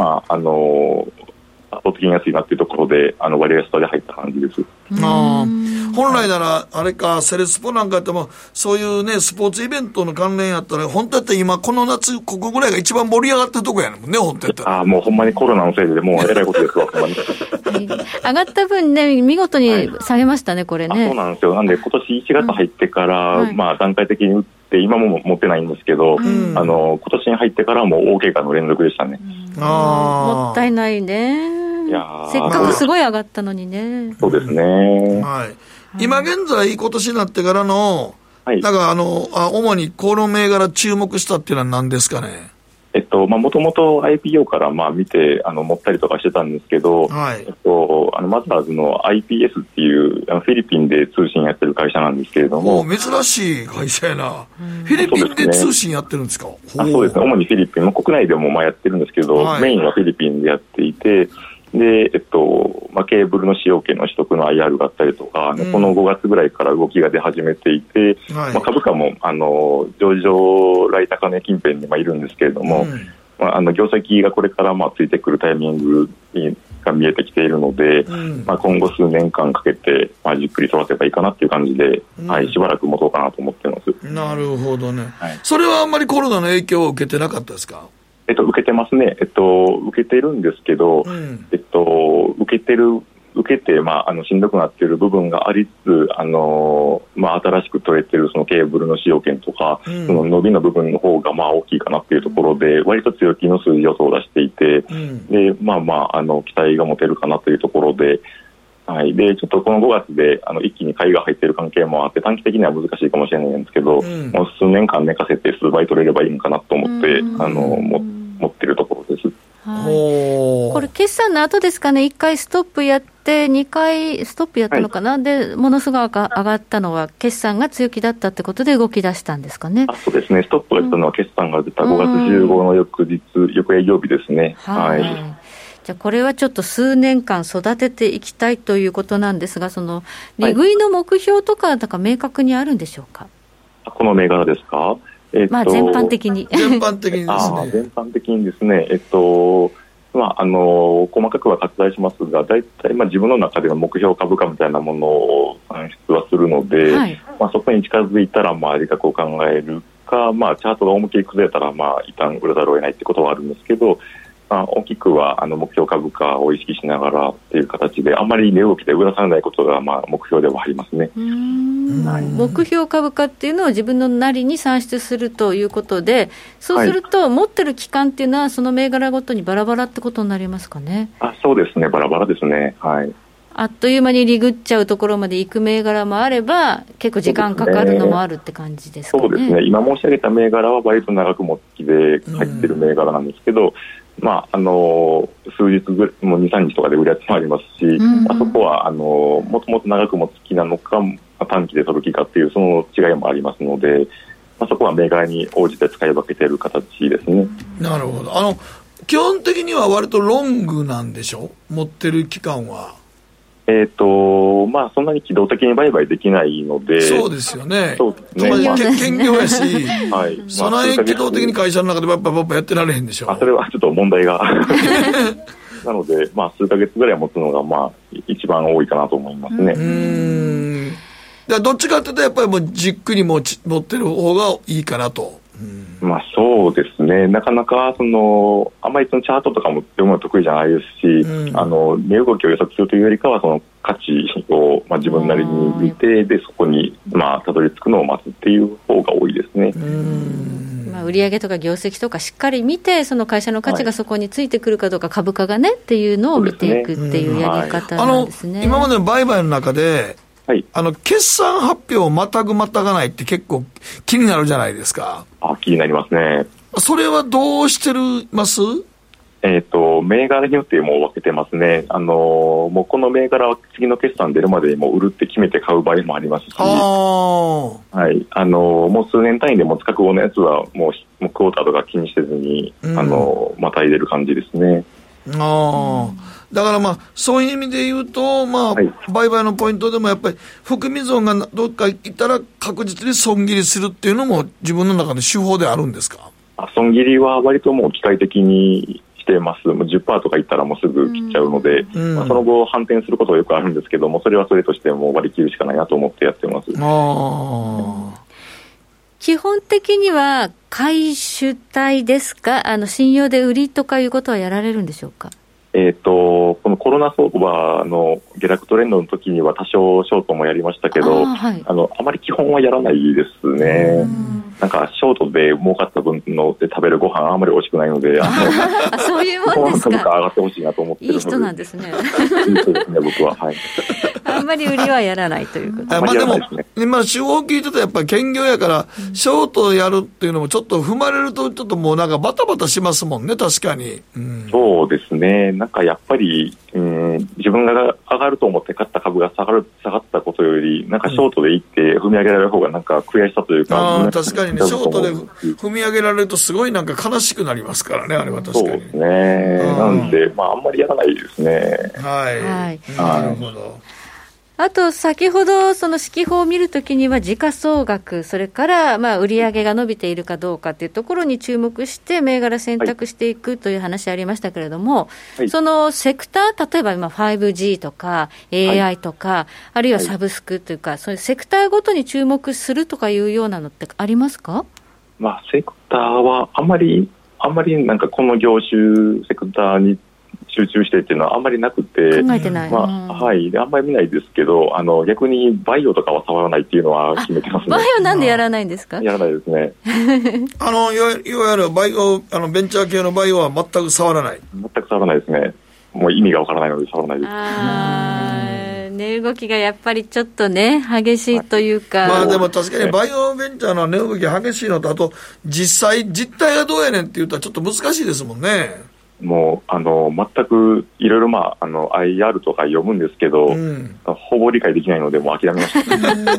圧倒的に安いなっていうところで割安で入った感じです。 本来ならあれか、セレスポなんかやってもそういうね、スポーツイベントの関連やったら、本当やったら今この夏ここぐらいが一番盛り上がってるとこやもんね、本当やったら。 もうほんまにコロナのせいでもうえらいことですわ。ほんまに上がった分ね、見事に下げましたね、これね。 そうなんですよ。なんで今年1月入ってから、段階的に打って今も持ってないんですけど、今年に入ってからも大怪我の連続でしたね。 もったいないね。せっかくすごい上がったのにね。 そうですね。 今現在今年になってからの、なんか主にこの銘柄注目したっていうのは何ですかね？ もともと IPO から見て持ったりとかしてたんですけど、マザーズの IPS っていうフィリピンで通信やってる会社なんですけれども、 珍しい会社やな。フィリピンで通信やってるんですか？ そうですね。主にフィリピン、国内でもやってるんですけど、メインはフィリピンでやっていて、で、ケーブルの使用権の取得の IR があったりとか、この5月ぐらいから動きが出始めていて、株価も上場来高値近辺にいるんですけれども、業績がこれからついてくるタイミングが見えてきているので、今後数年間かけて、じっくり取らせばいいかなっていう感じで、しばらく持とうかなと思っています。 なるほどね。それはあんまりコロナの影響を受けてなかったですか？ 受けてますね。受けてるんですけど、受けて、しんどくなっている部分がありつつ、新しく取れているそのケーブルの使用権とか、その伸びの部分の方が大きいかなっていうところで、割と強気の数字予想を出していて、で、期待が持てるかなというところで、で、ちょっとこの5月で一気に買いが入っている関係もあって、短期的には難しいかもしれないんですけど、もう数年間寝かせて数倍取れればいいのかなと思って、持っているところです。 これ決算の後ですかね。1回ストップやって2回ストップやったのかな、でものすごく上がったのは決算が強気だったってことで動き出したんですかね。 そうですね。ストップがしたのは決算が出た5月15の翌営業日ですね。 じゃあこれはちょっと数年間育てていきたいということなんですが、その利食いの目標とかなんか明確にあるんでしょうか？ この銘柄ですか？ 全般的に全般的にですね。 全般的にですね。 細かくは拡大しますが、大体自分の中での目標株価みたいなものを算出はするので、そこに近づいたら利確を考えるか、チャートが思いっきり崩れたら一旦売らざるを得ないってことはあるんですけど、大きくは目標株価を意識しながらっていう形で、あんまり値動きで売らさないことが目標ではありますね。 目標株価っていうのを自分のなりに算出するということで、そうすると持ってる期間っていうのはその銘柄ごとにバラバラってことになりますかね。 そうですね、バラバラですね。 あっという間にリグっちゃうところまで行く銘柄もあれば、結構時間かかるのもあるって感じですかね。 そうですね、今申し上げた銘柄は割と長く持ちで入ってる銘柄なんですけど、数日もう 2,3 日とかで売るやつもありますし、そこはもともと長く持つ気なのか短期で取る気かっていうその違いもありますので、そこは銘柄に応じて使い分けている形ですね。 なるほど。基本的には割とロングなんでしょ、持ってる期間は。 そんなに機動的に売買できないので。 そうですよね。兼業やし、その辺機動的に会社の中でパッパやってられへんでしょ。 それはちょっと問題がなので、数ヶ月ぐらい持つのが一番多いかなと思いますね。 どっちかというとやっぱりもうじっくり持ってる方がいいかなと。 そうですね、なかなかあまりそのチャートとかも読むの得意じゃないですし、値動きを予測するというよりかはその価値を自分なりに見て、でそこにたどり着くのを待つっていう方が多いですね。 売上とか業績とかしっかり見て、その会社の価値がそこについてくるかどうか、株価がねっていうのを見ていくっていうやり方なんですね。 今までの売買の中で決算発表をまたがないって結構気になるじゃないですか。 気になりますね。 それはどうしてます？ 銘柄によってもう分けてますね。もうこの銘柄は次の決算出るまでにもう売るって決めて買う場合もありますし、もう数年単位でも覚悟のやつはもうクォーターとか気にせずに、また入れる感じですね。 だからそういう意味で言うと、売買のポイントでもやっぱり含み損がどっか行ったら確実に損切りするっていうのも自分の中で手法であるんですか？ 損切りは割ともう機械的にしてます。もう 10% とかいったらもうすぐ切っちゃうので、その後反転することはよくあるんですけども、それはそれとしてもう割り切るしかないなと思ってやってます。 基本的には買い主体ですか？信用で売りとかいうことはやられるんでしょうか？ このコロナ相場の下落トレンドの時には多少ショートもやりましたけど、あまり基本はやらないですね。なんかショートで儲かった分ので食べるご飯あまり美味しくないので、 そういうもんですか。 上がってほしいなと思ってるので。 いい人なんですね。 いい人ですね、僕は。 あんまり売りはやらないということで。でも今手法聞いてたらやっぱり兼業やからショートやるっていうのもちょっと踏まれるとちょっともうなんかバタバタしますもんね。確かに。 そうですね。なんかやっぱり、自分が上がると思って買った株が下がったことより、なんかショートで行って踏み上げられる方がなんか悔しさというか。 確かにね、ショートで踏み上げられるとすごいなんか悲しくなりますからね、あれは確かに。 そうですね。なんで、あんまりやらないですね。 なるほど。 あと先ほどその指揮法を見るときには時価総額、それから売上が伸びているかどうかというところに注目して銘柄選択していくという話ありましたけれども、そのセクター、例えば今 5G とか AI とか、あるいはサブスクというか、そういうセクターごとに注目するとかいうようなのってありますか？ セクターはあんまりなんかこの業種セクターに集中してっていうのはあんまりなくて、 考えてない、 あんまり見ないですけど、逆にバイオとかは触らないっていうのは決めてますね。 バイオなんでやらないんですか？ やらないですね。 いわゆるバイオベンチャー系のバイオは全く触らない。 全く触らないですね。もう意味がわからないので触らないです。 値動きがやっぱりちょっとね激しいというか、 でも確かにバイオベンチャーの値動きが激しいのと、あと実態がどうやねんって言ったらちょっと難しいですもんね。 もう全くいろいろIR とか読むんですけど、ほぼ理解できないのでもう諦めました。だって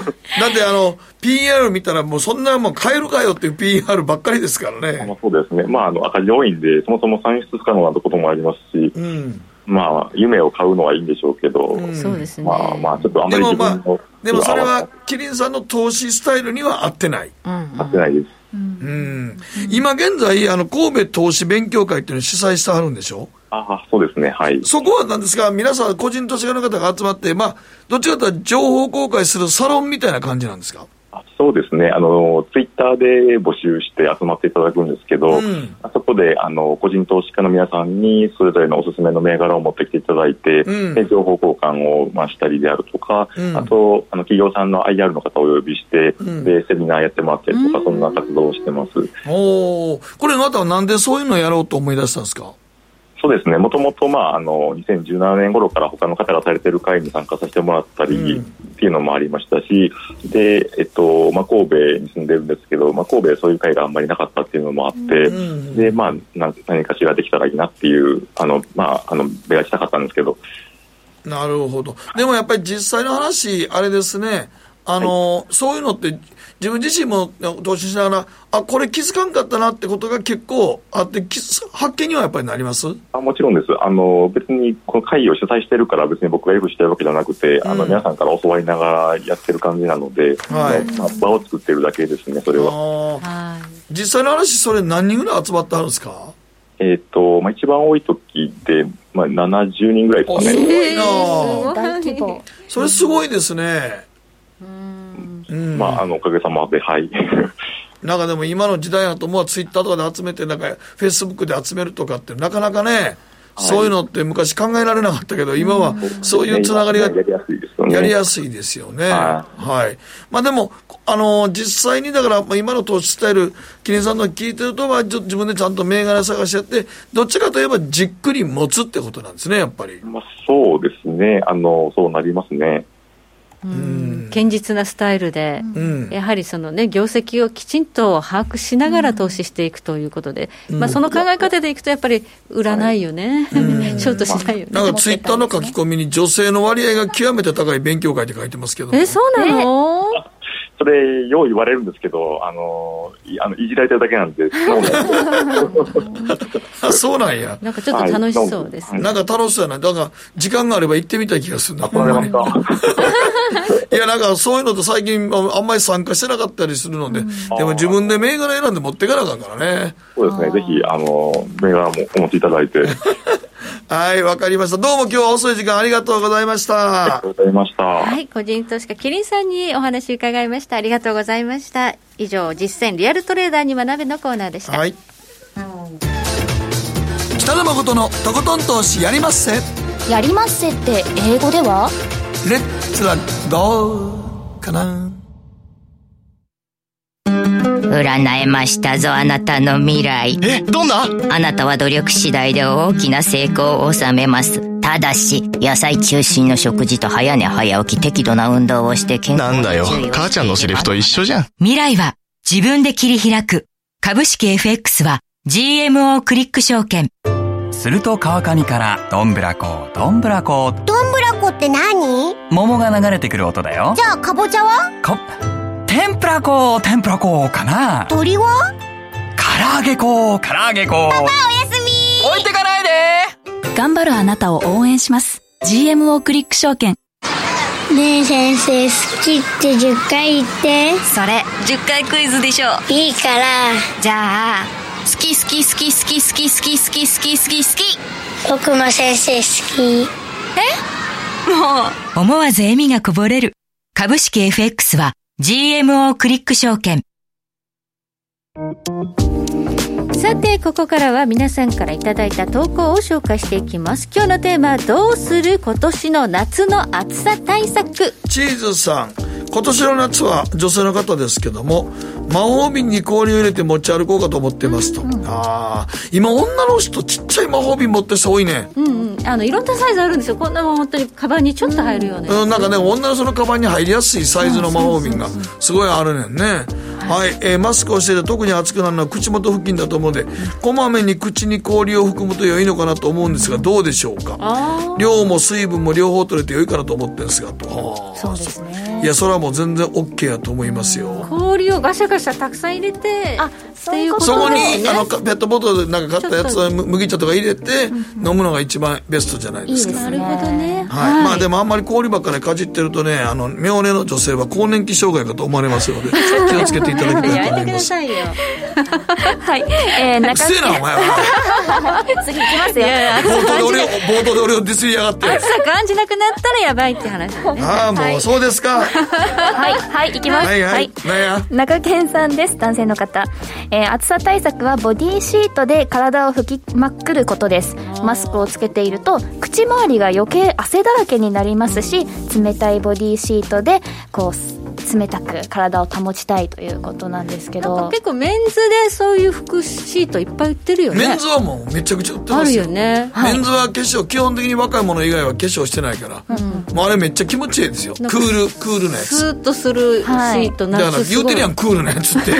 PR 見たらもうそんなもん買えるかよっていう PR ばっかりですからね。 そうですね。赤字多いんでそもそも算出不可能なこともありますし、夢を買うのはいいんでしょうけど、 そうですね。 ちょっとあんまりでもそれはキリンさんの投資スタイルには合ってない。 合ってないです。 今現在神戸投資勉強会っていうのを主催してはるんでしょ？ そうですね、はい。 そこは何ですか？皆さん個人投資家の方が集まって、どっちかというと情報公開するサロンみたいな感じなんですか？ そうですね、ツイッターで募集して集まっていただくんですけど、そこで個人投資家の皆さんにそれぞれのおすすめの銘柄を持ってきていただいて、で情報交換をしたりであるとか、あと企業さんの IR の方をお呼びして、でセミナーやってもらったりとか、そんな活動をしてます。 これまたなんでそういうのをやろうと思い出したんですか？ そうですね、もともと2017年頃から他の方がされている会に参加させてもらったりっていうのもありましたし、で、神戸に住んでるんですけど、神戸そういう会があんまりなかったっていうのもあって、で、何かしらできたらいいなっていう、目がしたかったんですけど。 なるほど。でもやっぱり実際の話、あれですね、そういうのって自分自身も投資しながらこれ気づかんかったなってことが結構あって発見にはやっぱりなります？ もちろんです。別にこの会議を主催してるから別に僕がよくしてるわけじゃなくて、皆さんから教わりながらやってる感じなので、場を作ってるだけですね、それは。 実際の話、それ何人ぐらい集まってあるんですか？ 一番多い時で、70人ぐらいですかね。 すごいな。 大規模。 それすごいですね。 おかげさまで、はい。 なんかでも今の時代だともうツイッターとかで集めて、なんかフェイスブックで集めるとかってなかなかね、そういうのって昔考えられなかったけど、今はそういうつながりがやりやすいですよね。はい。でも実際にだから今の投資スタイル、キリンさんの聞いてると自分でちゃんと銘柄探しやって、どっちかといえばじっくり持つってことなんですね、やっぱり。 そうですね。そうなりますね。 堅実なスタイルで、やはりそのね、業績をきちんと把握しながら投資していくということで、その考え方でいくとやっぱり売らないよね、ショートしないよね。 なんかツイッターの書き込みに女性の割合が極めて高い勉強会って書いてますけど。 そうなの？ それよう言われるんですけど、いじられてるだけなんで。 そうなんや。 なんかちょっと楽しそうですね。 なんか楽しそうやな。だから時間があれば行ってみたい気がするな。いや、なんかそういうのと最近あんまり参加してなかったりするので、でも自分で銘柄選んで持っていかなあかんからね。 そうですね。ぜひ銘柄もお持ちいただいて。 はい、わかりました。どうも今日は遅い時間ありがとうございました。 ありがとうございました。 はい、個人投資家キリンさんにお話伺いました。ありがとうございました。以上、実践リアルトレーダーに学べのコーナーでした。はい。 北野誠のとことん投資やりまっせ。 やりまっせって英語では？ レッツラゴーかな。 占えましたぞ、あなたの未来。 どんな？ あなたは努力次第で大きな成功を収めます。ただし、野菜中心の食事と早寝早起き、適度な運動をして健康に注意をして。 なんだよ、母ちゃんのセリフと一緒じゃん。 未来は自分で切り開く。株式 FX は GMO クリック証券。 すると川上からどんぶらこどんぶらこ。 どんぶらこって何？ 桃が流れてくる音だよ。 じゃあかぼちゃは？ 天ぷらこ天ぷらこかな。 鳥は？ 唐揚げこ唐揚げこ。 パパおやすみ。 置いてかないで。 頑張るあなたを応援します。 GMO クリック証券。 ねえ先生、好きって10回言って。 それ10回クイズでしょ。 いいから。 じゃあ、好き好き好き好き好き好き好き好き好き好き。 僕も先生好き。 もう思わず笑みがこぼれる。株式 FX は GMO クリック証券。 さて、ここからは皆さんからいただいた投稿を紹介していきます。今日のテーマはどうする今年の夏の暑さ対策。 チーズさん、今年の夏は女性の方ですけども、魔法瓶に氷を入れて持ち歩こうかと思ってますと。今女の人ちっちゃい魔法瓶持ってる人多いね。 いろんなサイズあるんですよ。こんなもん本当にカバンにちょっと入るような、 なんかね、女の人のカバンに入りやすいサイズの魔法瓶がすごいあるねんね。はい、マスクをしていて特に暑くなるのは口元付近だと思うので、こまめに口に氷を含むと良いのかなと思うんですが、どうでしょうか。量も水分も両方取れて良いかなと思ってるんですがと。 そうですね。 いや、それはもう全然 OK やと思いますよ。 氷をガシャガシャたくさん入れて、 っていうことそこにですね。 ペットボトルでなんか買ったやつを麦茶とか入れて飲むのが一番ベストじゃないですか。 なるほどね。 はい。まあでもあんまり氷ばっかりかじってるとね、妙齢の女性は更年期障害かと思われますので気をつけていただきたいと思います。 やめてくださいよ。 はい。 失礼なお前は。 次行きますよ。 冒頭で俺をディスりやがって。 暑さ感じなくなったらやばいって話だね。 ああ、もうそうですか。 はい行きます。はい。中堅さんです。男性の方。暑さ対策はボディシートで体を拭きまくることです。マスクをつけていると口周りが余計汗だらけになりますし、冷たいボディシートでこう冷たく体を保ちたいということなんですけど、 なんか結構メンズでそういう服シートいっぱい売ってるよね。 メンズはもうめちゃくちゃ売ってますよ。 あるよね。 メンズは化粧、基本的に若い者以外は化粧してないから、もうあれめっちゃ気持ちいいですよ。クールなやつ。 スーッとするシート、 だから言うてるやん、クールなやつって。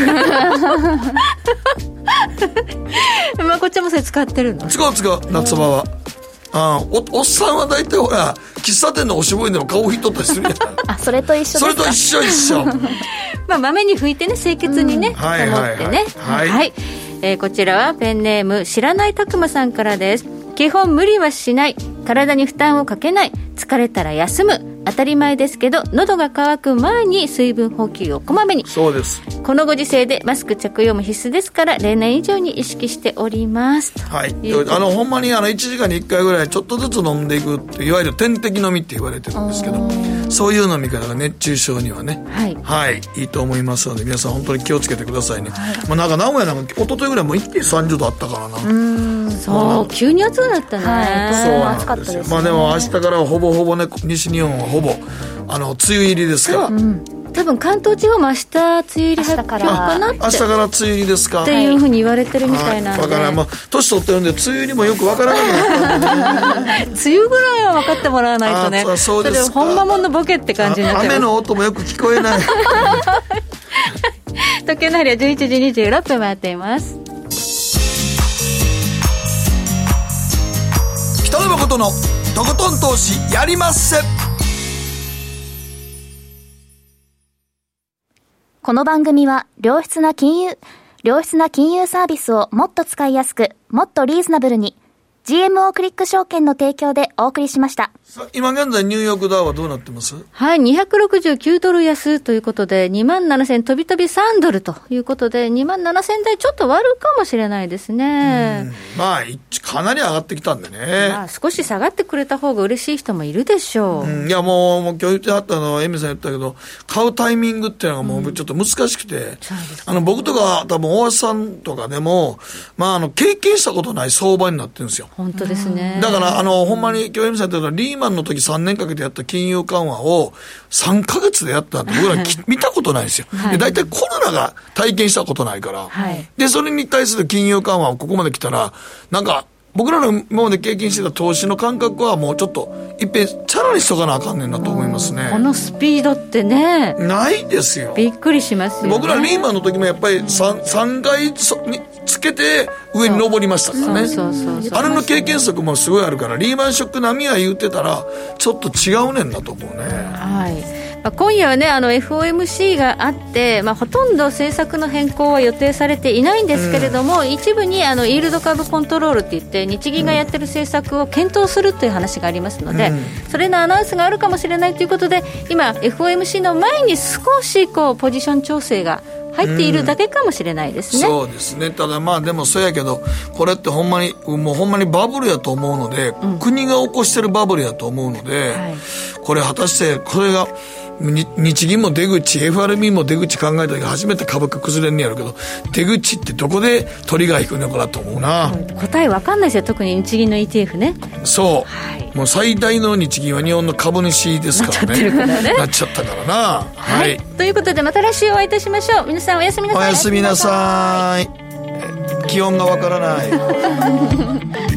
まあこっちもそれ使ってるの？ 使う夏場は。おっさんは大体ほら喫茶店のおしぼりでも顔拭いとったりするやん。 それと一緒ですか？ それと一緒。 まあまめに拭いてね、清潔にね、保ってね。はい。こちらはペンネーム知らないたくまさんからです。基本無理はしない、体に負担をかけない、疲れたら休む、当たり前ですけど喉が渇く前に水分補給をこまめに。 そうです。 このご時世でマスク着用も必須ですから例年以上に意識しております。 はい。ほんまに1時間に1回ぐらいちょっとずつ飲んでいくっていわゆる点滴飲みって言われてるんですけど、そういう飲み方が熱中症にはね、はいいいと思いますので皆さん本当に気をつけてくださいね。まあ、なんか名古屋なんか一昨日ぐらいもう一気に30度あったからな。 そう急に暑くなったね。 そう暑かったですね。まあでも明日からはほぼほぼね、西日本はほぼ梅雨入りですから。 多分関東地方も明日梅雨入り発表かなって。 明日から梅雨入りですかっていうふうに言われてるみたいなんで。 わからん。まあ年取ってるんで梅雨入りもよくわからなくなったんで、ね。 梅雨ぐらいは分かってもらわないとね。 そうですか。 ほんまもんのボケって感じになっちゃう。 雨の音もよく聞こえない。 時計の針は11時26分回っています。 北野誠のとことん投資やりまっせ。 この番組は良質な金融サービスをもっと使いやすく、もっとリーズナブルに GMO クリック証券の提供でお送りしました。 今現在ニューヨークダウはどうなってます？ はい、269ドル安ということで 27,000 飛び飛び3ドルということで 27,000 台ちょっと割るかもしれないですね。 まあかなり上がってきたんでね、 まあ、少し下がってくれた方が嬉しい人もいるでしょう。 いやもう今日言ってはったのはエミさん言ったけど、買うタイミングっていうのがもうちょっと難しくて、僕とか多分大橋さんとかでも、まあ、経験したことない相場になってるんですよ。 本当ですね。 だからほんまに今日エミさん言ったのはリーマンの時3年かけてやった金融緩和を3ヶ月でやったって僕ら見たことないですよ。で大体コロナが体験したことないから、でそれに対する金融緩和をここまで来たらなんか僕らの今まで経験してた投資の感覚はもうちょっといっぺんチャラにしとかなあかんねんなと思いますね。 このスピードってねないですよ。 びっくりしますよね。 僕らリーマンの時もやっぱり 3回につけて上に登りましたからね。あれの経験則もすごいあるから、リーマンショック並みは言ってたらちょっと違うねんなと思うね。 はい。今夜はねFOMC があって、ほとんど政策の変更は予定されていないんですけれども、一部にイールドカーブコントロールっていって日銀がやってる政策を検討するという話がありますので、それのアナウンスがあるかもしれないということで今 FOMC の前に少しポジション調整が入っているだけかもしれないですね。 そうですね。ただでもそうやけどこれってほんまにバブルやと思うので、国が起こしてるバブルやと思うので、これ果たしてこれが日銀も出口 FRB も出口考えた時初めて株価崩れんねやるけど、出口ってどこで鳥が引くのかなと思うな。 答え分かんないですよ。特に日銀の ETF ね。 そう、もう最大の日銀は日本の株主ですからね。なっちゃったからな。はい、 ということでまた来週お会いいたしましょう。皆さんおやすみなさい。 おやすみなさい。気温がわからない。